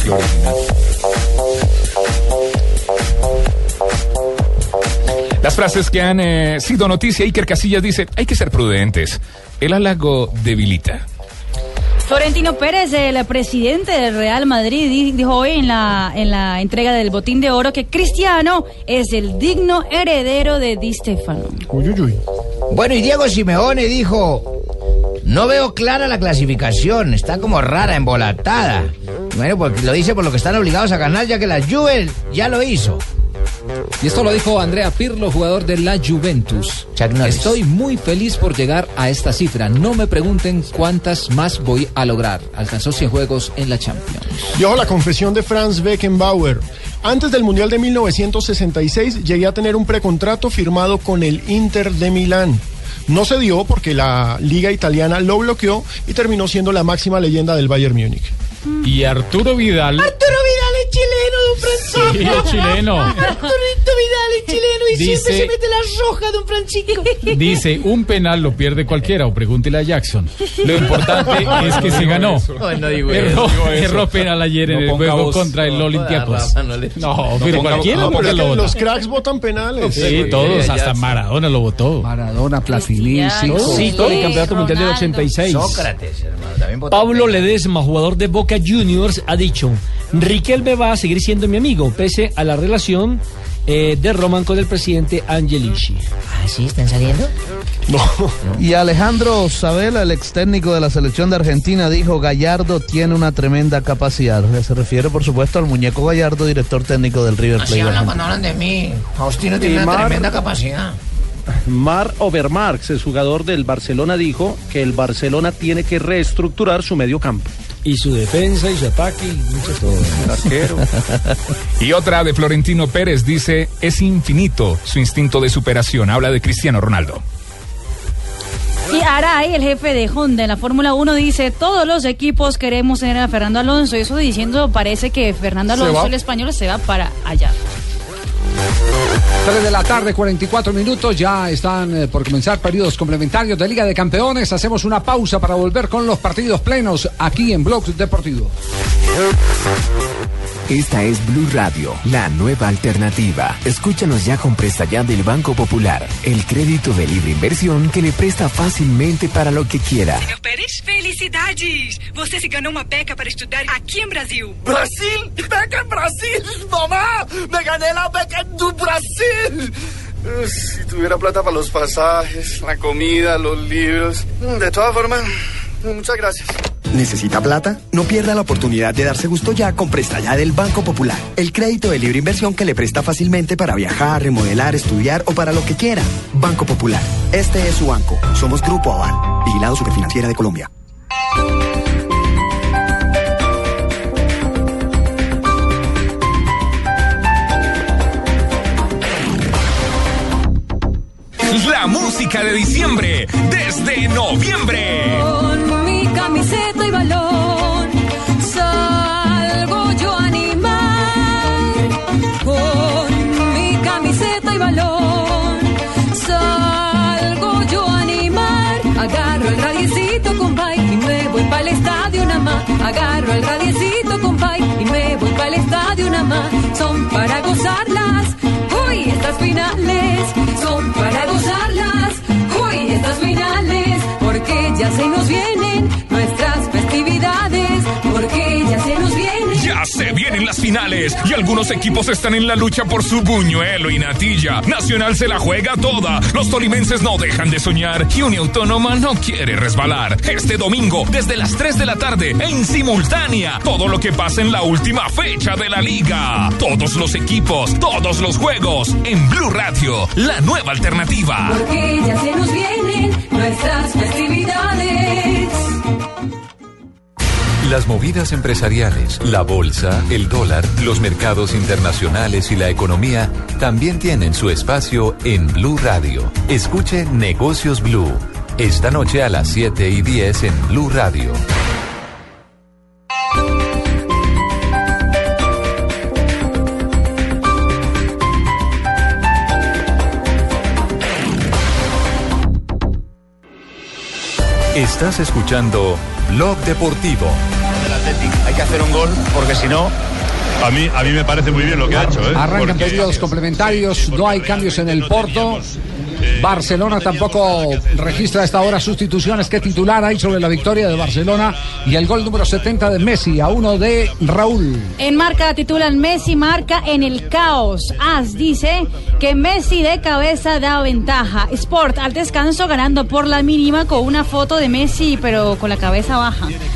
Las frases que han eh, sido noticia. Iker Casillas dice: hay que ser prudentes. El halago debilita. Florentino Pérez, el presidente del Real Madrid, dijo hoy en la, en la entrega del Botín de Oro que Cristiano es el digno heredero de Di Stéfano. Uy, uy, uy. Bueno, y Diego Simeone dijo: no veo clara la clasificación, está como rara, embolatada. Bueno, porque lo dice por lo que están obligados a ganar, ya que la Juve ya lo hizo. Y esto lo dijo Andrea Pirlo, jugador de la Juventus. Estoy muy feliz por llegar a esta cifra. No me pregunten cuántas más voy a lograr. Alcanzó cien juegos en la Champions. Y ojo, la confesión de Franz Beckenbauer. Antes del Mundial de mil novecientos sesenta y seis llegué a tener un precontrato firmado con el Inter de Milán. No se dio porque la liga italiana lo bloqueó y terminó siendo la máxima leyenda del Bayern Múnich. Y Arturo Vidal. Arturo Vidal es chileno, don Francisco. Sí, es chileno. Arturito Vidal es chileno y Dice- siempre se mete la roja, don Francisco. Dice, un penal lo pierde cualquiera, o pregúntele a Jackson. Lo importante es que se ganó. No, no digo Erró, eso, digo eso. erró penal ayer en No el ponga juego voz. contra el No, Olympiacos. Rafa, no le- No, no pero ponga- cualquiera. No, pero porque es lo que vota. los cracks votan penales. Sí, todos, hasta Maradona lo votó. Maradona, Platini, Sí, Zico. el campeonato mundial del ochenta y seis. Sócrates, hermano, también votó Pablo penal. Ledesma, jugador de Boca Juniors, ha dicho: Riquelme va a seguir siendo mi amigo, pese a la relación eh, de Roman con el presidente Angelici. ¿Ah, sí? ¿Están saliendo? Y Alejandro Sabela, el ex técnico de la selección de Argentina, dijo: Gallardo tiene una tremenda capacidad. Se refiere, por supuesto, al muñeco Gallardo, director técnico del River Así Plate. hablan de cuando hablan de mí. Faustino tiene Y una Mar- tremenda capacidad. Mar Overmars, el jugador del Barcelona, dijo que el Barcelona tiene que reestructurar su medio campo. Y su defensa y su ataque y muchas cosas. Arquero. Y otra de Florentino Pérez dice, es infinito su instinto de superación. Habla de Cristiano Ronaldo. Y Aray, el jefe de Honda en la Fórmula uno, dice: todos los equipos queremos tener a Fernando Alonso. Y eso diciendo, parece que Fernando Se Alonso, va. el español, se va para allá. tres de la tarde, cuarenta y cuatro minutos. Ya están eh, por comenzar periodos complementarios de Liga de Campeones. Hacemos una pausa para volver con los partidos plenos aquí en Blog Deportivo. Esta es Blue Radio, la nueva alternativa. Escúchanos ya con Presta Ya del Banco Popular, el crédito de libre inversión que le presta fácilmente para lo que quiera. Senhor Pérez, felicidades! Você se ganhou uma beca para estudar aqui em Brasil. Brasil? Beca en Brasil, mamá. Me gané la beca do Brasil. Uh, Si tuviera plata para los pasajes, la comida, los libros. De todas formas, muchas gracias. ¿Necesita plata? No pierda la oportunidad de darse gusto ya con Presta Ya del Banco Popular. El crédito de libre inversión que le presta fácilmente para viajar, remodelar, estudiar o para lo que quiera. Banco Popular. Este es su banco. Somos Grupo Aval. Vigilado Superfinanciera de Colombia. La música de diciembre desde noviembre. Con mi camiseta y balón salgo yo a animar. Con mi camiseta y balón salgo yo a animar. Agarro el radiecito, compay, y me voy para el estadio nada más. Agarro el radiecito, compay, y me voy para el estadio nada más. Son para gozarlas, uy, estas finales. Son para gozarlas, uy, estas finales. Porque ya se nos vienen nuestras festividades. Porque ya se nos vienen. Ya se vienen las finales y algunos equipos están en la lucha por su buñuelo y natilla. Nacional se la juega toda. Los tolimenses no dejan de soñar y Uniautónoma no quiere resbalar. Este domingo, desde las tres de la tarde, en simultánea, todo lo que pasa en la última fecha de la liga. Todos los equipos, todos los juegos, en Blue Radio, la nueva alternativa. Porque ya se nos vienen nuestras festividades. Las movidas empresariales, la bolsa, el dólar, los mercados internacionales y la economía también tienen su espacio en Blue Radio. Escuche Negocios Blue. Esta noche a las siete y diez en Blue Radio. Estás escuchando Blog Deportivo. Hay que hacer un gol porque si no... A mí, a mí me parece muy bien lo que ha hecho. ¿eh? Arrancan Porque- periodos complementarios, no hay cambios en el Porto. Barcelona tampoco registra a esta hora sustituciones. ¿Qué titular hay sobre la victoria de Barcelona y el gol número setenta de Messi a uno de Raúl? En Marca titulan: Messi marca en el caos. As dice que Messi de cabeza da ventaja. Sport al descanso ganando por la mínima con una foto de Messi pero con la cabeza baja.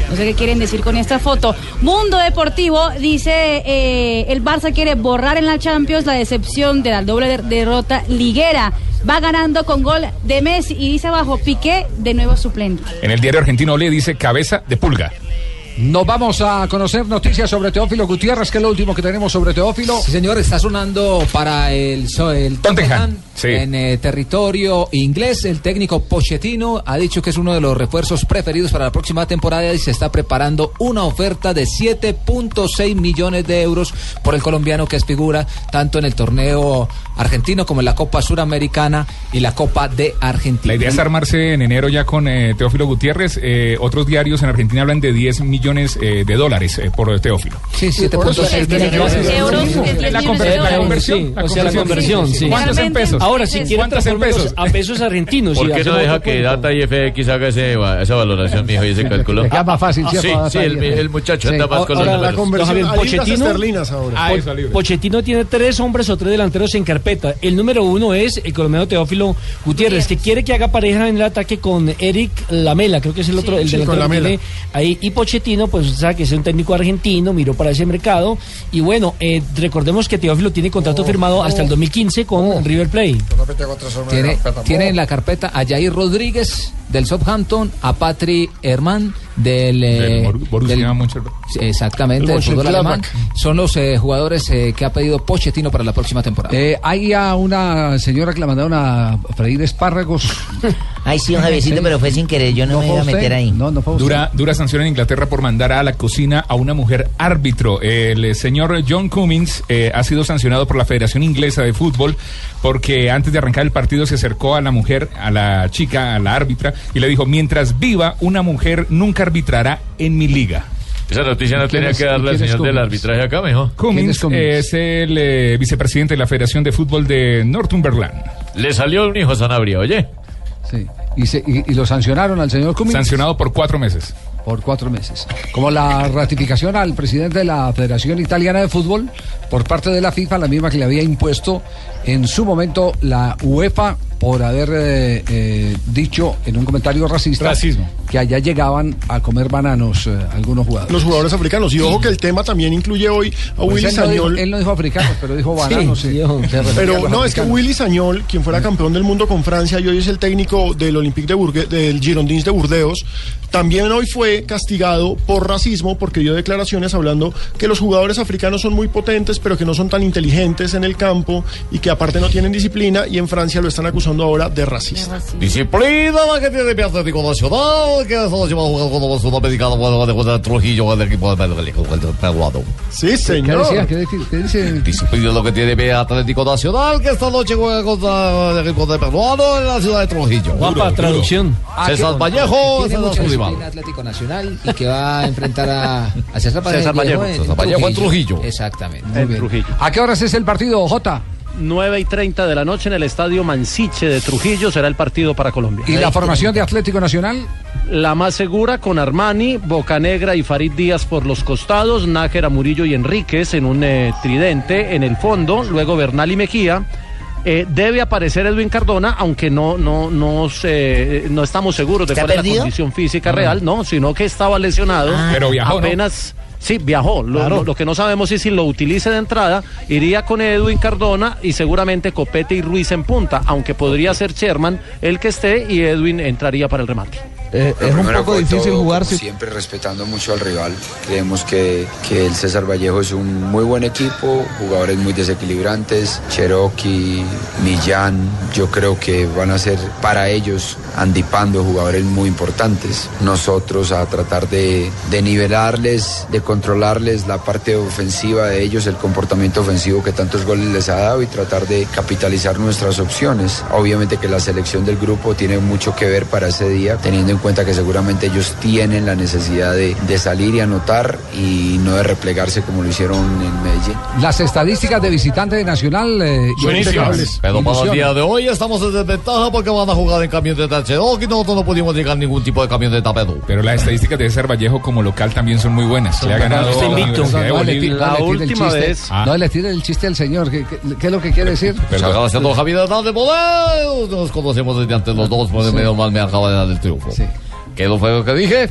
No sé qué quieren decir con esta foto. Mundo Deportivo dice, eh, el Barça quiere borrar en la Champions la decepción de la doble de- derrota liguera. Va ganando con gol de Messi y dice abajo, Piqué de nuevo suplente. En el diario argentino le dice cabeza de pulga. Nos vamos a conocer noticias sobre Teófilo Gutiérrez, que es lo último que tenemos sobre Teófilo. Sí, señor, está sonando para el, so- el Tottenham, sí. En eh, territorio inglés. El técnico Pochettino ha dicho que es uno de los refuerzos preferidos para la próxima temporada y se está preparando una oferta de siete punto seis millones de euros por el colombiano, que es figura tanto en el torneo argentino como en la Copa Suramericana y la Copa de Argentina. La idea es armarse en enero ya con eh, Teófilo Gutiérrez. Eh, otros diarios en Argentina hablan de diez millones eh, de dólares eh, por Teófilo. Sí, siete punto seis millones de euros. La conversión, la conversión, Sí, o sea, la conversión, sí. ¿Cuántos en pesos? Ahora, si quieren ¿Cuántos en transformarlos pesos? a pesos argentinos. ¿Por sí, qué no hacemos deja otro que cuento. Data y F X haga ese, esa valoración, mijo, y ese cálculo? Le queda más fácil, Ah, ¿cierto? sí, Data sí, y el, F X. el muchacho Sí. anda más con Ahora, los la números. conversión Javier, a libras Pochettino, esterlinas ahora. Ah, Po- eso, libre. Pochettino tiene tres hombres o tres delanteros en carpeta. El número uno es el colombiano Teófilo Gutiérrez, que quiere que haga pareja en el ataque con Eric Lamela, creo que es el otro, el Sí, delantero con que Lamela. tiene ahí. Y Pochettino, pues usted sabe que es un técnico argentino, miró para ese mercado. Y bueno, eh, recordemos que Teófilo tiene contrato firmado hasta el dos mil quince con River Plate. Tiene, tiene en la carpeta a Jair Rodríguez del Southampton, a Patri Herman del, eh, Del Bor- Borussia del- Mönchengladbach. sí, exactamente, El del fútbol alemán. Mönchengladbach. Son los eh, jugadores eh, que ha pedido Pochettino para la próxima temporada. Eh, hay a una señora que la mandaron a freír espárragos. Ay, sí, un Javiercito, pero fue sin querer. Yo no, me fue iba a usted? meter ahí. No, no fue usted. Dura, dura sanción en Inglaterra por mandar a la cocina a una mujer árbitro. El eh, señor John Cummins eh, ha sido sancionado por la Federación Inglesa de Fútbol porque antes de arrancar el partido se acercó a la mujer, a la chica, a la árbitra, y le dijo, mientras viva, una mujer nunca arbitrará en mi liga. Esa noticia no ¿Quién tenía es- que darle al quién es señor del Cummins? arbitraje acá, mijo. Cummins, es Cummins? eh, es el eh, vicepresidente de la Federación de Fútbol de Northumberland. Le salió un hijo Sanabria, oye. Sí. Y, se- y- y lo sancionaron al señor Cummins Sancionado por cuatro meses. por cuatro meses. Como la ratificación al presidente de la Federación Italiana de Fútbol por parte de la FIFA, la misma que le había impuesto en su momento la UEFA por haber eh, eh, dicho en un comentario racista Racismo. que allá llegaban a comer bananos eh, algunos jugadores. Los jugadores africanos. Y ojo que el tema también incluye hoy a Pues Willy él, no dijo, Sañol. él no dijo africanos, pero dijo bananos. sí. dijo. Se refería a Pero los no, es que africanos. Willy Sañol, quien fuera campeón del mundo con Francia y hoy es el técnico del Olympique de Burgue- del Girondins de Burdeos, también hoy fue castigado por racismo porque dio declaraciones hablando que los jugadores africanos son muy potentes pero que no son tan inteligentes en el campo y que aparte no tienen disciplina, y en Francia lo están acusando ahora de racista. Disciplina la que tiene mi Atlético Nacional, que eso lleva a jugar con Sudamericano, bueno, de de Trujillo, del equipo de peruano. Sí, ¿Qué señor. decía? ¿Qué, dice- qué dice? Disciplina lo que tiene mi Atlético Nacional, que esta noche juega contra el equipo de peruano en la ciudad de Trujillo. Guapa, traducción. César que- Vallejo, que tiene César mucha Sullivan. disciplina Atlético Nacional y que va a enfrentar a, a César Vallejo, César Vallejo, en, César Vallejo en Trujillo. Exactamente. Muy bien. ¿A qué horas es el partido, Jota? nueve y treinta de la noche en el estadio Mansiche de Trujillo será el partido para Colombia. ¿Y la formación de Atlético Nacional? La más segura con Armani, Bocanegra y Farid Díaz por los costados, Nájera, Murillo y Enríquez en un eh, tridente en el fondo, luego Bernal y Mejía. Eh, debe aparecer Edwin Cardona, aunque no no no se- no estamos seguros de ¿Está cuál es la perdido? condición física Ah, no. real, no, sino que estaba lesionado. Ah. Pero viajó, ¿no? apenas. Sí, viajó. Lo, Claro. lo- lo que no sabemos es si lo utilice de entrada. Iría con Edwin Cardona y seguramente Copete y Ruiz en punta, aunque podría ser Sherman el que esté y Edwin entraría para el remate. Eh, es un Primero poco que difícil todo, jugar como si siempre respetando mucho al rival. Creemos que, que el César Vallejo es un muy buen equipo, jugadores muy desequilibrantes, Cherokee, Millán, yo creo que van a ser para ellos, Andipando, jugadores muy importantes. Nosotros a tratar de, de nivelarles, de controlarles la parte ofensiva de ellos, el comportamiento ofensivo que tantos goles les ha dado y tratar de capitalizar nuestras opciones. Obviamente que la selección del grupo tiene mucho que ver para ese día, teniendo en cuenta que seguramente ellos tienen la necesidad de, de salir y anotar y no de replegarse como lo hicieron en Medellín. Las estadísticas de visitante de Nacional eh, Buenísimas. Pero para el ilusionan. día de hoy estamos en desventaja porque van a jugar en camión de Tachedoc y nosotros no pudimos llegar a ningún tipo de camión de Tapedú. Pero las estadísticas de César Vallejo como local también son muy buenas. Le ha ganado Está a la invicto. Universidad de No, le Bolivia. tire- La no le tire el última chiste. vez- Ah. No le tire el chiste al señor. ¿Qué, qué- qué es lo que quiere decir? Se acaba haciendo Javier Hernández de Poder. Nos conocemos desde antes los dos, por medio mal me acaba de dar el triunfo. Sí. ¿Qué no fue lo que dije?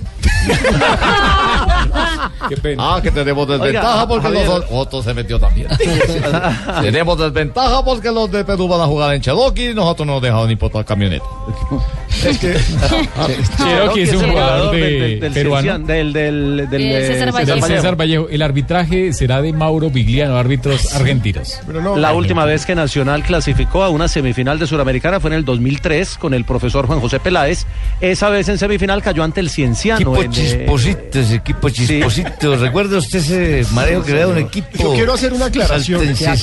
Qué pena. Ah, que tenemos desventaja. Oiga, porque Javier. Los otros se metió también. Tenemos desventaja porque los de Perú van a jugar en Cherokee y nosotros no nos dejamos ni por toda camioneta. Es que Cherokee es un jugador de, del, del peruano. Cienciano, del, del, del, Eh, César Vallejo. César Vallejo. El arbitraje será de Mauro Vigliano, árbitros argentinos. Pero no, la última vez que Nacional clasificó a una semifinal de Suramericana fue en el dos mil tres con el profesor Juan José Peláez. Esa vez en semifinal cayó ante el Cienciano. Equipo en, chisposito, ese equipo chisposito. Sí. ¿Recuerda usted ese mareo que le da un equipo? Yo quiero hacer una aclaración.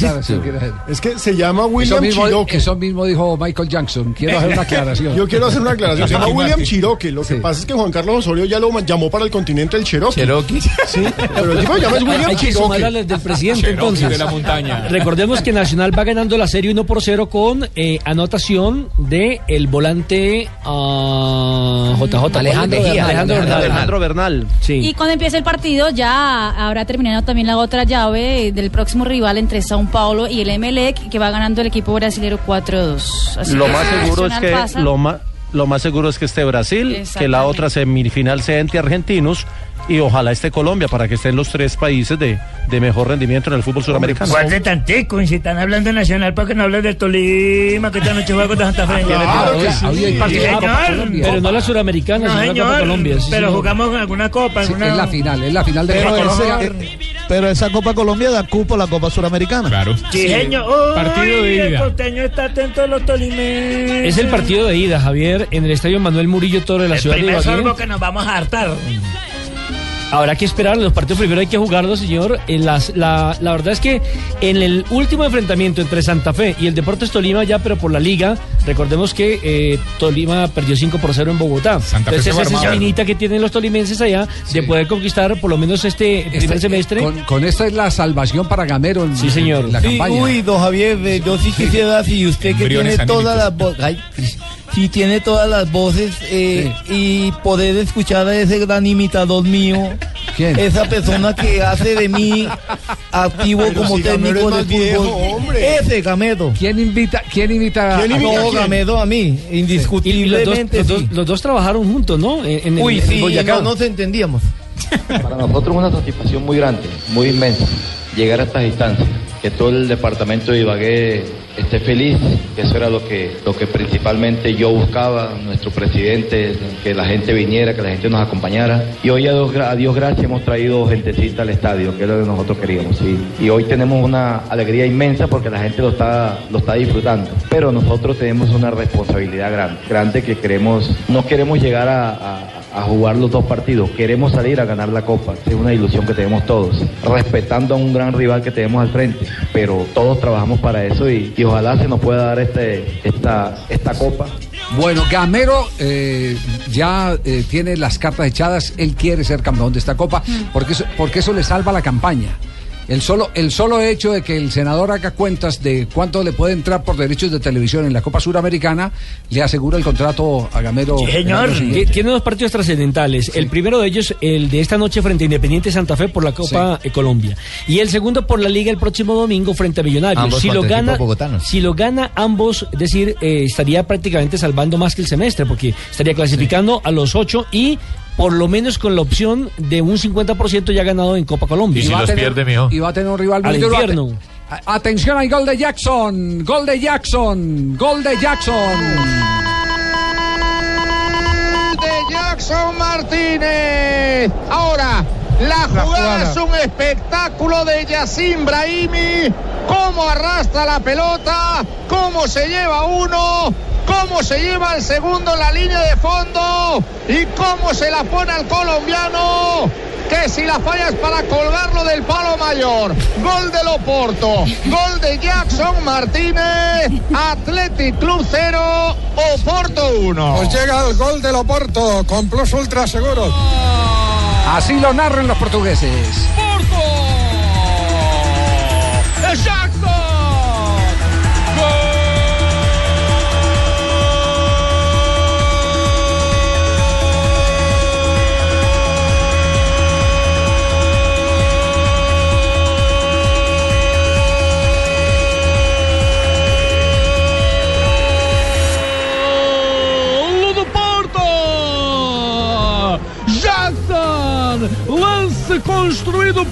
Es que se llama William eso mismo, Chiroque. Eso mismo dijo Michael Jackson. Quiero hacer una aclaración. Yo quiero hacer una aclaración. Se llama William Chiroque. Lo que sí. pasa es que Juan Carlos Osorio ya lo llamó para el continente el Cherokee. Cherokee. Sí, pero el tipo se llama es William Hay que Chiroque. sumar a las del presidente, Cherokee entonces. de la montaña. Recordemos que Nacional va ganando la serie uno por cero con eh, anotación de el volante uh, J J Alejandro Alejandro, Alejandro, Bernal. Alejandro Bernal. Sí. Y cuando empiece el partido ya habrá terminado también la otra llave del próximo rival entre São Paulo y el Emelec, que va ganando el equipo brasileño cuatro a dos. Así Lo que más seguro es Nacional que pasa. lo más lo más seguro es que esté Brasil, que la otra semifinal sea entre argentinos y ojalá esté Colombia para que estén los tres países de, de mejor rendimiento en el fútbol suramericano. Guarde tantico, y si están hablando de Nacional, ¿para qué no hablan del Tolima, que esta noche juega contra Santa Fe? Claro que sí. Había partido de Copa Señor. Colombia. Pero no la suramericana, No, sino la señor, Copa Colombia. Sí, pero señor. jugamos en alguna copa. Sí, alguna... es la final, es la final de Pero, Copa ese- Colombia. eh, pero esa Copa Colombia da cupo a la Copa Suramericana. Claro. Sí, señor. Uy, Partido de el ida. costeño está atento a los tolimenses. Es el partido de ida, Javier, en el estadio Manuel Murillo Toro de la El ciudad de primer Ibagué. sorbo que nos vamos a hartar. Habrá que esperar, los partidos primero hay que jugarlos, señor. En las, la, la verdad es que en el último enfrentamiento entre Santa Fe y el Deportes Tolima, ya pero por la liga, recordemos que eh, Tolima perdió cinco por cero en Bogotá. Santa Fe Entonces se esa va es esa armado. minita que tienen los tolimenses allá Sí. de poder conquistar por lo menos este primer Este, semestre. Con, con esta es la salvación para Gamero en, Sí, señor. en la Sí, campaña. uy, don Javier, eh, yo sí quisiera, si usted que Embriones tiene todas anímicos. las voces, ay, si tiene todas las voces eh, y poder escuchar a ese gran imitador mío, ¿Quién? esa persona que hace de mí activo Pero como si Gamero técnico es de más viejo, fútbol. hombre. Ese Gamero. ¿Quién invita? ¿Quién invita? ¿Quién a- invita? No, quién? Gamero a mí, Y los dos, indiscutiblemente. los, dos, sí. los dos trabajaron juntos, ¿no? En, en el- Uy, en sí, Boyacá. no nos entendíamos. Para nosotros es una satisfacción muy grande, muy inmensa, llegar a estas instancias, que todo el departamento de Ibagué esté feliz, que eso era lo que, lo que principalmente yo buscaba, nuestro presidente, que la gente viniera, que la gente nos acompañara. Y hoy a Dios, gra- a Dios gracias hemos traído gentecita al estadio, que es lo que nosotros queríamos. ¿sí? Y hoy tenemos una alegría inmensa porque la gente lo está, lo está disfrutando. Pero nosotros tenemos una responsabilidad grande, grande que queremos, no queremos llegar a, a a jugar los dos partidos, queremos salir a ganar la Copa, es una ilusión que tenemos todos, respetando a un gran rival que tenemos al frente, pero todos trabajamos para eso y, y ojalá se nos pueda dar este, esta, esta Copa. Bueno, Gamero eh, ya eh, tiene las cartas echadas, él quiere ser campeón de esta Copa, porque eso, porque eso le salva la campaña. El solo, el solo hecho de que el senador haga cuentas de cuánto le puede entrar por derechos de televisión en la Copa Suramericana le asegura el contrato a Gamero. Sí, señor. el año siguiente. Tie- Tiene dos partidos trascendentales. El primero de ellos, el de esta noche frente a Independiente Santa Fe por la Copa eh, Colombia. Y el segundo por la Liga el próximo domingo frente a Millonarios. Ambos Si lo contra gana, equipos bogotanos. si lo gana ambos, es decir, eh, estaría prácticamente salvando más que el semestre, porque estaría clasificando a los ocho y por lo menos con la opción de un cincuenta por ciento ya ganado en Copa Colombia. Y si va a los tener- pierde, mijo. Y va a tener un rival Al muy duro. infierno. Ate- a- Atención al gol de Jackson. Gol de Jackson. Gol de Jackson. de Jackson Martínez. Ahora, la jugada, jugada. es un espectáculo de Yacine Brahimi. Cómo arrastra la pelota, cómo se lleva uno, cómo se lleva el segundo en la línea de fondo y cómo se la pone al colombiano. Que si la falla es para colgarlo del palo mayor. Gol del Oporto, gol de Jackson Martínez. Athletic Club cero, Oporto uno. Pues llega el gol del Oporto con Plus Ultra Seguros. Así lo narran los portugueses. Jackson.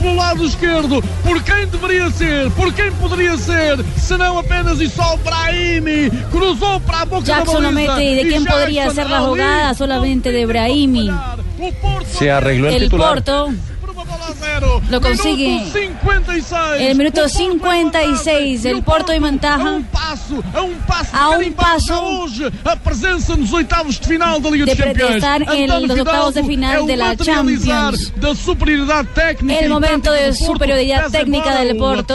pelo lado esquerdo. Por quem deveria ser? Por quem poderia ser? Se não apenas e só Brahimi. Cruzou para a boca Jackson da baliza. lo mete. ¿Y de quién podría ser la jugada? Solamente de Brahimi. Se arregló el, el titular. Porto lo consigue. El minuto cincuenta y seis. El Porto en ventaja. A un paso de estar en los octavos de final de la Champions. El momento de superioridad técnica del Porto.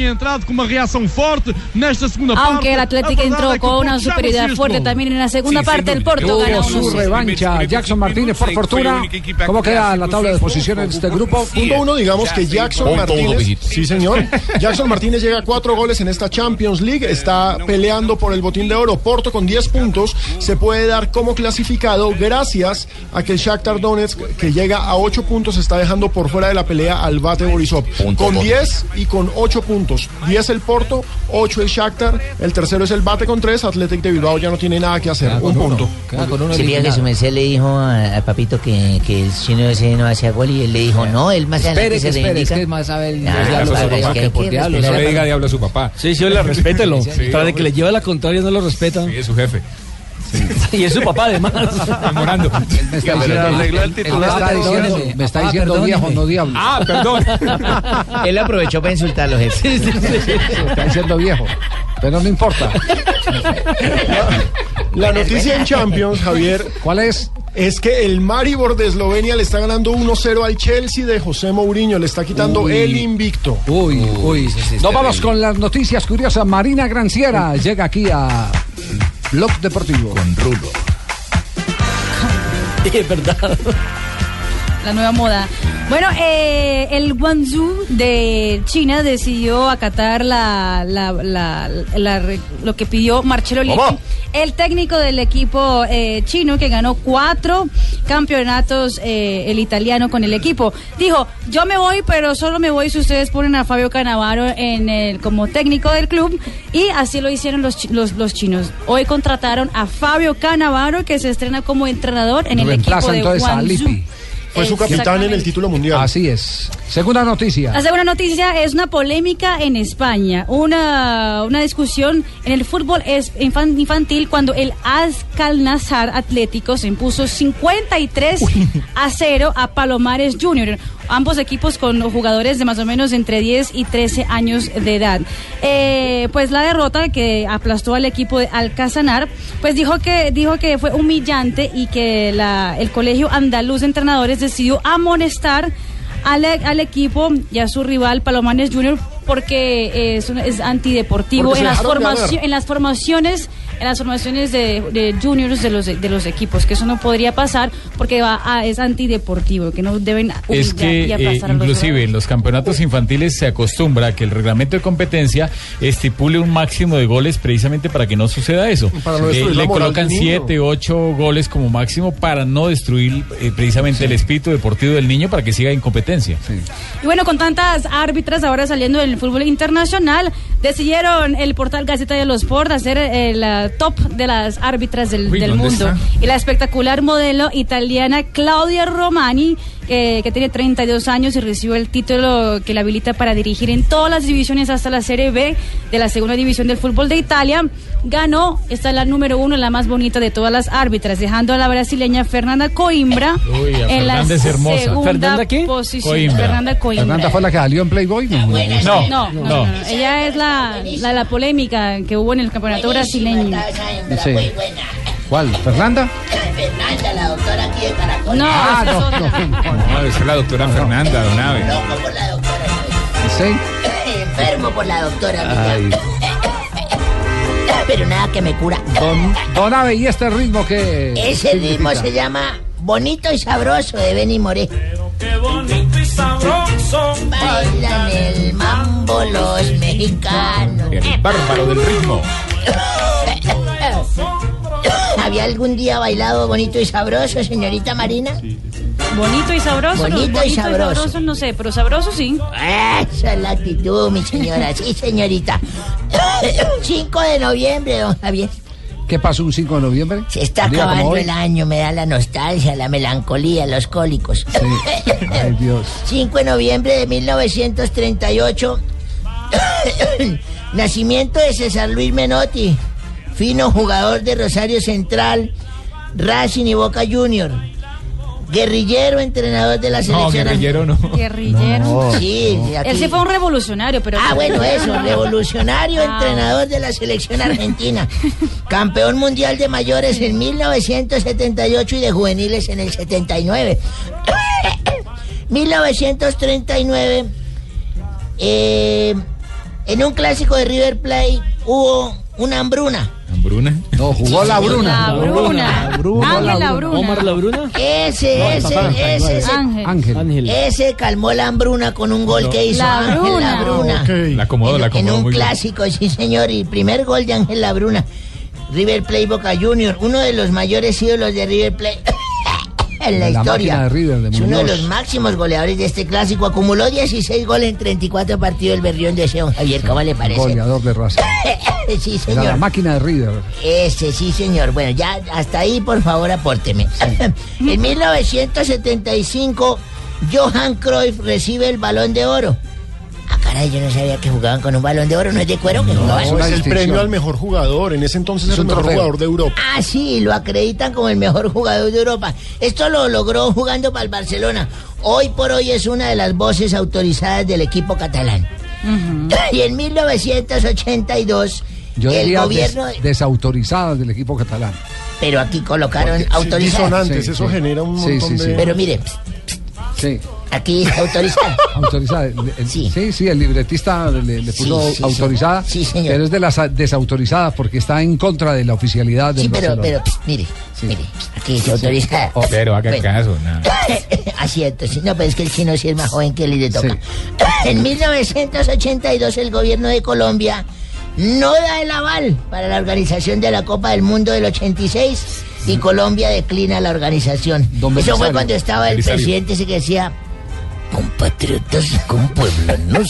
Aunque el Atlético entró con una superioridad fuerte también en la segunda parte, el Porto ganó su revancha. Jackson Martínez, por fortuna. ¿Cómo queda la tabla de posiciones de este grupo? Punto uno, digamos que Jackson Martínez, sí señor, Jackson Martínez llega a cuatro goles en esta Champions League, está peleando por el botín de oro. Porto con diez puntos se puede dar como clasificado gracias a que el Shakhtar Donetsk, que llega a ocho puntos, está dejando por fuera de la pelea al Bate Borisov. Punto, con diez y con ocho puntos. diez el Porto, ocho el Shakhtar, el tercero es el Bate con tres. Athletic de Bilbao ya no tiene nada que hacer, un punto. Se veía que su merced le dijo a, a Papito que, que el chino ese no hacía gol y él le dijo, no, él más Espere, que espere, es que es más sabe el Ah, diablo claro, su es papá que que hay por que diablo. No o sea, le diga diablo a su papá. Sí, sí, le respételo. Sí, Para de que le lleve la contraria no lo respeta. Sí, es su jefe. Sí. Y es su papá además. Enamorando. Me está diciendo, me está diciendo viejo, no diablo. Ah, perdón. Él aprovechó para insultarlo, jefe. Sí, sí, sí, sí. Me está diciendo viejo. Pero no importa. La noticia en Champions, Javier. ¿Cuál es? Es que el Maribor de Eslovenia le está ganando uno cero al Chelsea de José Mourinho. Le está quitando uy. el invicto. Uy, uy. Sí, sí, Nos vamos con las noticias curiosas. Marina Granciera llega aquí a Blog Deportivo. Con Rulo. Es verdad. La nueva moda. Bueno, eh, el Guangzhou de China decidió acatar la, la, la, la, la lo que pidió Marcelo Lippi, el técnico del equipo eh, chino que ganó cuatro campeonatos, eh, el italiano con el equipo. Dijo, yo me voy, pero solo me voy si ustedes ponen a Fabio Cannavaro en el, como técnico del club, y así lo hicieron los, los, los chinos. Hoy contrataron a Fabio Cannavaro, que se estrena como entrenador en el equipo de Guangzhou. Fue su capitán en el título mundial. Así es. Segunda noticia. La segunda noticia es una polémica en España. Una, una discusión en el fútbol es infantil cuando el Al-Nassr Atlético se impuso cincuenta y tres a cero a Palomares Junior. Ambos equipos con jugadores de más o menos entre diez y trece años de edad. Eh, pues la derrota que aplastó al equipo de Alcazanar, pues dijo que dijo que fue humillante y que la, el Colegio Andaluz de Entrenadores decidió amonestar al, al equipo y a su rival Palomares Junior porque es, es antideportivo porque en las, formaci- en las formaciones en las formaciones de, de juniors de los de, de los equipos, que eso no podría pasar porque va a, es antideportivo, que no deben es que y eh, inclusive en los campeonatos infantiles se acostumbra a que el reglamento de competencia estipule un máximo de goles precisamente para que no suceda eso. Eh, le colocan siete, ocho goles como máximo para no destruir eh, precisamente sí. el espíritu deportivo del niño, para que siga en competencia. Sí. Y bueno, con tantas árbitras ahora saliendo del fútbol internacional, decidieron el portal Gaceta de los Sport hacer el uh, top de las árbitras del, Uy, del mundo. Está? Y la espectacular modelo italiana Claudia Romani, eh, que tiene treinta y dos años y recibió el título que la habilita para dirigir en todas las divisiones hasta la Serie B de la segunda división del fútbol de Italia, ganó, esta es la número uno, la más bonita de todas las árbitras, dejando a la brasileña Fernanda Coimbra Uy, en la es hermosa. segunda ¿Fernanda qué? posición. Coimbra. Fernanda Coimbra. ¿Fernanda fue la que salió en Playboy? No, no, no, no, no, no, no. Ella es la, la, la polémica que hubo en el campeonato brasileño. Sí. ¿Cuál? ¿Fernanda? Fernanda, la doctora aquí de Caracol. No, ah, esa no, es otra. No, no, esa es la doctora no. Fernanda, don Abe. Loco por la doctora. ¿Sí? Enfermo por la doctora. Ay. Pero nada que me cura. Don, don Abe, ¿y este ritmo qué? Ese significa? Ritmo se llama Bonito y Sabroso de Benny Moré. Qué bonito y sabroso. Bailan el mambo los mexicanos. El bárbaro del ritmo. ¿Había algún día bailado bonito y sabroso, señorita Marina? Sí. Bonito y sabroso. Bonito, no, bonito y, sabroso. y sabroso, no sé, pero sabroso sí. Esa es la actitud, mi señora. Sí, señorita. cinco de noviembre, don Javier. ¿Qué pasó un cinco de noviembre? Se está acabando el año, me da la nostalgia, la melancolía, los cólicos. Sí. Ay, Dios. cinco de noviembre de mil novecientos treinta y ocho. Nacimiento de César Luis Menotti, fino jugador de Rosario Central, Racing y Boca Junior. Guerrillero, entrenador de la selección. No, guerrillero no. Guerrillero. No. Sí, aquí... Él sí fue un revolucionario, pero... Ah, bueno, eso, revolucionario, ah. entrenador de la selección argentina. Campeón mundial de mayores en mil novecientos setenta y ocho y de juveniles en el setenta y nueve. mil novecientos treinta y nueve, eh, en un clásico de River Plate hubo una hambruna. ¿Hambruna? No, jugó la Bruna. La Bruna. La Bruna. Ángel la Bruna. Omar la Bruna. Ese, No, ese, papá, ese, ese. Ángel. Ángel. Ángel. Ese calmó la hambruna con un gol No. que hizo La Ángel Bruna. Labruna. Okay. La acomodo, en, la acomodo en un muy bien. clásico, sí señor, y primer gol de Ángel Labruna. River Plate Boca Junior, uno de los mayores ídolos de River Plate en la, La historia. máquina de River, de es uno de Muñoz. los máximos goleadores de este clásico. Acumuló dieciséis goles en treinta y cuatro partidos el Berrión de Seón Javier. ¿Cómo le parece? Goleador de raza. Sí, Era la señor. máquina de River. Ese, sí, señor. Bueno, ya hasta ahí, por favor, apórteme. En mil novecientos setenta y cinco, Johan Cruyff recibe el Balón de Oro. Ah, caray, yo no sabía que jugaban con un Balón de Oro. ¿No es de cuero que jugaban? No, es el premio al mejor jugador. En ese entonces Es era el un mejor trofeo. jugador de Europa. Ah, sí, lo acreditan como el mejor jugador de Europa. Esto lo logró jugando para el Barcelona. Hoy por hoy es una de las voces autorizadas del equipo catalán. Ujú. Y en mil novecientos ochenta y dos, Yo el diría gobierno... des- desautorizadas del equipo catalán. Pero aquí colocaron Porque, sí, autorizadas. disonantes, Sí, eso sí. genera un Sí, montón sí, sí. de... Pero mire, Sí. aquí autorizada. Autorizada. El- el- Sí. sí, sí, el libretista le, le puso Sí, sí, autorizada. sí. Sí, señor. Pero es de las a- desautorizadas porque está en contra de la oficialidad del Sí, pero, Barcelona. pero, pst, mire, Sí. mire, aquí se autoriza. Oh, Pero haga Bueno. caso, no. Así entonces, no, pero es que el chino sí es más joven que él y le toca. Sí. En mil novecientos ochenta y dos el gobierno de Colombia no da el aval para la organización de la Copa del Mundo del ochenta y seis y Colombia declina la organización. Don Eso fue Belisario. cuando estaba el Belisario. presidente ese que decía: compatriotas y compueblanos,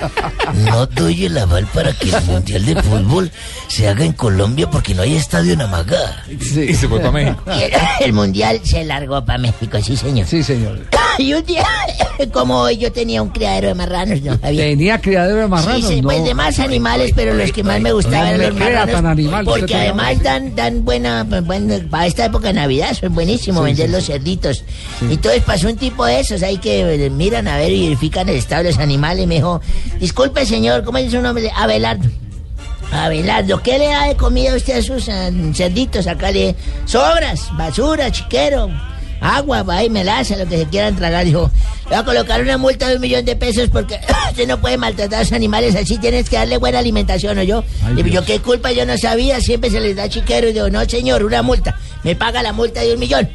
no doy el aval para que el Mundial de Fútbol se haga en Colombia porque no hay estadio en Amagá. Sí. Y se fue para México. Y el, el Mundial se largó para México, sí señor. Sí, señor. Y un día, como hoy, yo tenía un criadero de marranos, ¿no? Javier? Tenía criadero de marranos. Sí, sí, no. pues de más animales, pero los que más me gustaban No eran me los crea marranos. tan animal, usted Porque tenía- además dan, dan buena, buena, para esta época de Navidad, eso es buenísimo, Sí, vender sí, los sí. cerditos. Entonces pasó un tipo de esos, ahí que eh, miran a ver y verifican el estado de los animales. Me dijo: disculpe señor, ¿cómo es su nombre? Abelardo. Abelardo, ¿qué le da de comida usted a sus eh, cerditos? Acá le sobras, basura, chiquero, agua, va y melaza, lo que se quieran tragar. Dijo: le voy a colocar una multa de un millón de pesos porque usted no puede maltratar a los animales así, tienes que darle buena alimentación, ¿o yo? Ay, Le digo: yo Dios. qué culpa, yo no sabía, siempre se les da chiquero. Y digo: no señor, una multa, me paga la multa de un millón.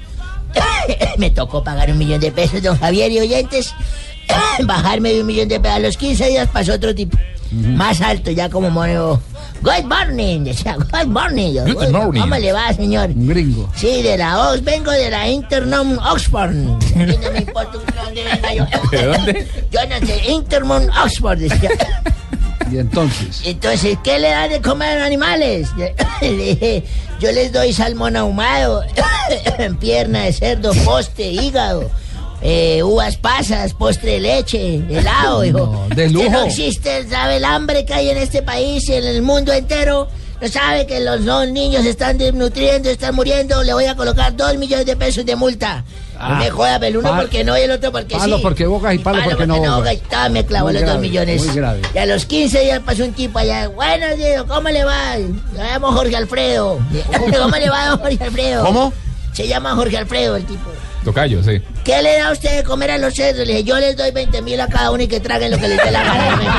Me tocó pagar un millón de pesos, don Javier y oyentes. Bajarme de un millón de pesos. A los quince días pasó otro tipo, más alto, ya como mono. Good morning, decía, good morning. Yo, Good morning. ¿Cómo le va, señor? Un gringo. Sí, de la Ox, vengo de la Intermon Oxford. No me importa de dónde venga yo. ¿De dónde? Yo no sé, Intermon Oxford, decía. Y entonces. Entonces, ¿qué le dan de comer a los animales? Le dije: yo les doy salmón ahumado, pierna de cerdo, poste, hígado, eh, uvas pasas, postre de leche, helado. Dijo: No, de "Usted lujo". no existe, ¿sabe el hambre que hay en este país y en el mundo entero? ¿No sabe que los dos niños están desnutriendo, están muriendo? Le voy a colocar dos millones de pesos de multa. Ah, me joda, pero uno pal- porque no y el otro porque palo sí. porque boca y palo porque no boca. boca. Y ta, me clavó Muy los grave, dos millones. muy grave. Y a los quince días pasó un tipo allá: bueno, Diego, ¿cómo le va? Me llamo Jorge Alfredo. ¿Cómo le va, don Jorge Alfredo? ¿Cómo? Se llama Jorge Alfredo el tipo. Tocayo, sí. ¿Qué le da a usted de comer a los cerdos? Le dije: yo les doy veinte mil a cada uno y que traguen lo que les dé la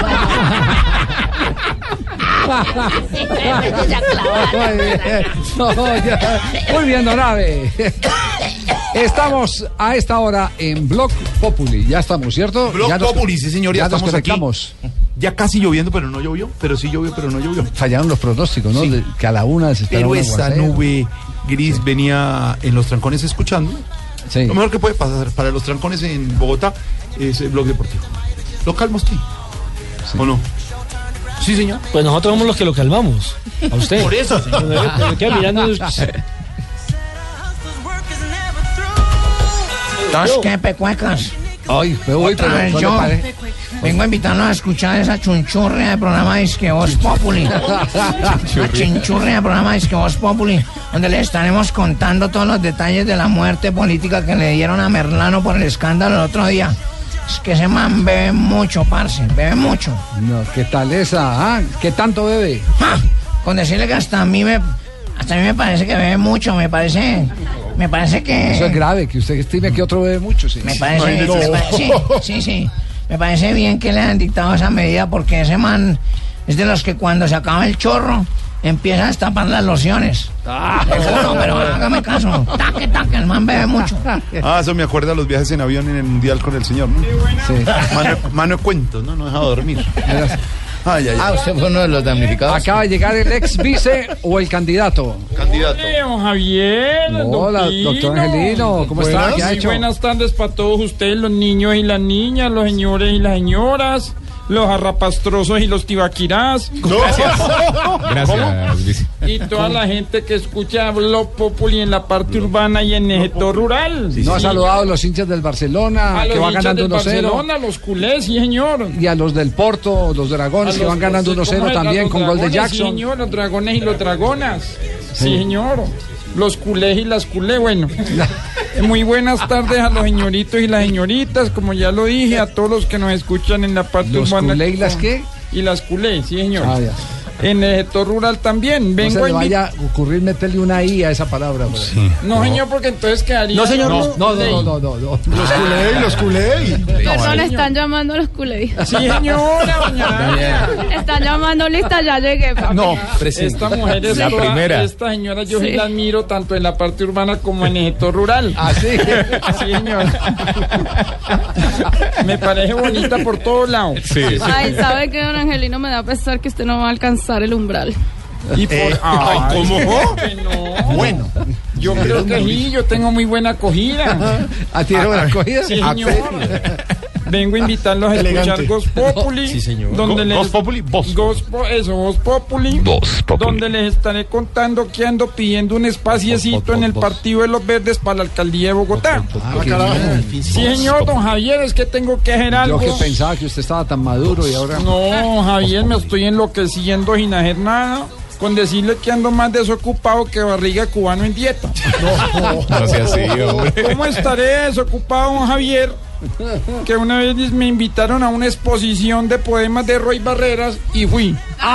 gana. Muy bien. No, ya. Muy bien, don Abe. Estamos a esta hora en Blog Populi. Ya estamos, ¿cierto? Blog ya nos- Populi, sí señor, ya, ya nos estamos aquí. conectamos. Ya casi lloviendo, pero no llovió, pero sí llovió, pero no llovió. Fallaron los pronósticos, ¿no? Sí. De- que a la una se esperaba Pero un esa aguacero. nube gris venía en los trancones escuchando. Sí. Lo mejor que puede pasar para los trancones en Bogotá es el Blog Deportivo. Lo calmo usted. ¿O no? Sí, señor. Pues nosotros somos los que lo calmamos. A usted. Por eso, señor. Me queda mirando. ¿Dos qué, pecuecas? Ay, me voy, Otra pero vez no le yo pare. vengo a invitarlos a escuchar esa chunchurria de programa Disque Voz Populi. La chinchurria de programa Disque Voz Populi, donde les estaremos contando todos los detalles de la muerte política que le dieron a Merlano por el escándalo el otro día. Es que ese man bebe mucho, parce, bebe mucho. No, ¿qué tal esa? ¿Ah? ¿Qué tanto bebe? ¡Ja! Con decirle que hasta a mí me hasta a mí me parece que bebe mucho, me parece me parece que Eso es grave, que usted estime que otro bebe mucho, sí. Me parece, No. me parece- sí, sí, sí. Me parece bien que le han dictado esa medida porque ese man es de los que cuando se acaba el chorro empieza a destapar las lociones. Ah, no, pero hágame caso. Taque, taque, el man bebe mucho. Ah, eso me acuerda a los viajes en avión en el Mundial con el señor, ¿no? Sí. Mano, mano de cuentos, ¿no? No deja dormir. Ay, ay, Ah, ay. usted fue uno de los damnificados. Acaba de llegar el ex vice o el candidato. Candidato. Don Javier, Hola, doctor Angelino, ¿cómo está? ¿Qué ha Sí, hecho? buenas tardes para todos ustedes, los niños y las niñas, los señores y las señoras, los arrapastrosos y los tibaquirás. Gracias. Gracias, vice. Y toda la gente que escucha Blog Populi en la parte urbana y en el sector rural. No ha saludado a los hinchas del Barcelona, A los que va hinchas ganando del uno cero. Barcelona, los culés, sí, señor. Y a los del Porto, los dragones, A que los- van ganando uno cero ¿cómo es? también Los con gol de dragones, Jackson. Sí, señor, los dragones y los dragonas. Sí, Sí. señor. Los culés y las culés, bueno. Muy buenas tardes a los señoritos y las señoritas, como ya lo dije, a todos los que nos escuchan en la parte ¿Los urbana. culé y las qué? Y las culés, sí, señor. Ah, ya. En el sector rural también. No Vengo se a le invi- vaya a ocurrir meterle una I a esa palabra. Sí. No, señor, porque entonces quedaría. No, señor, no, no, ley. no, no, no, no. Los culé, los culé. Perdón, están llamando a los culés. Sí, señora, doña Ana. Están llamando, lista, ya llegué, papi. Esta mujer es La toda- primera. Esta señora yo sí Sí. la admiro tanto en la parte urbana como en el sector rural. ¿Ah, sí? Sí, señor. Me parece bonita por todos lados. Sí. Ay, ¿sabe qué, don Angelino? Me da pesar que usted no va a alcanzar el umbral. Y por, Eh, ay, ¿cómo? que no. Bueno. Yo creo que sí, yo tengo muy buena acogida. ¿A ti era buena acogida? Sí, señor. Vengo a invitarlos a Elegante. escuchar Voz Populi. Sí, señor. Donde Go- les, Voz Populi, Voz. Voz Po- eso, Voz Populi. Voz Populi. Donde les estaré contando que ando pidiendo un espaciecito en el Partido de los Verdes para la Alcaldía de Bogotá. Ah, qué bien. Sí, señor, don Javier, es que tengo que hacer Yo algo. que pensaba que usted estaba tan maduro y ahora... No, Javier, me estoy enloqueciendo sin hacer nada. Con decirle que ando más desocupado que barriga de cubano en dieta. No sea así, hombre. ¿Cómo estaré desocupado, don Javier? Que una vez me invitaron a una exposición de poemas de Roy Barreras y fui.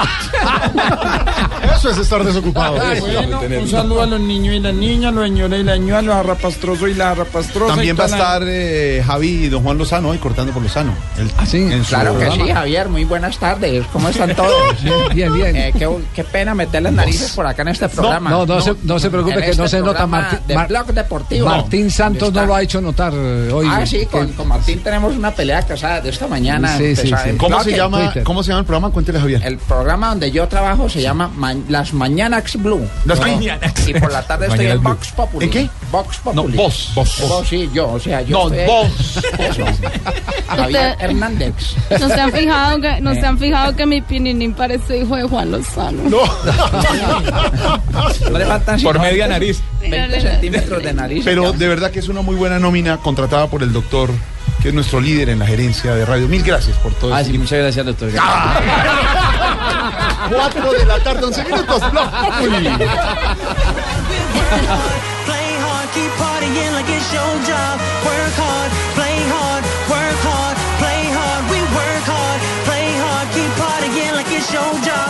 Eso es estar desocupado. Bueno, un saludo a los niños y las niñas, los señores y las señoras, los arrapastrosos y las arrapastrosas. También y va a toda la- estar eh, Javi y don Juan Lozano hoy cortando por Lozano. El- ¿Ah, sí? en su Claro que programa. sí, Javier, muy buenas tardes. ¿Cómo están todos? Bien, bien. Eh, qué, qué pena meter las narices por acá en este programa. No, no, se, no se preocupe En que este no se nota programa Martín. de Mar- Blog Deportivo. Martín Santos Está- no lo ha hecho notar eh, hoy. Ah, sí, con, Que- con Martín tenemos una pelea casada de esta mañana. Sí, sí, Empezó- sí. en ¿Cómo Blog, se en llama? Twitter. ¿Cómo se llama el programa? Cuéntele, Javier. El programa donde yo trabajo se llama Ma- Las Mañanas Blue. Las No. Mañanas. Y por la tarde estoy Mañanas en Blue. Vox Populi. ¿En qué? Vox No, Populi. vos, vos, vos. Vos, sí, yo, o sea, yo No, estoy- vos. Eso. Javier Usted- Hernández. ¿No se han fijado que, no Eh. se han fijado que mi pininín parece hijo de Juan Lozano? No. No le faltan Por sino media nariz. veinte centímetros de nariz. Pero de verdad que es una muy buena nómina contratada por el doctor, que es nuestro líder en la gerencia de radio. Mil gracias por todo. Ah, este sí, muchas gracias, doctor. Cuatro de la tarde, once minutos. Blog Populi. Play hard, keep partying like it's your job. Work hard, play hard, work hard, play hard. We work hard, play hard, keep partying like it's your job.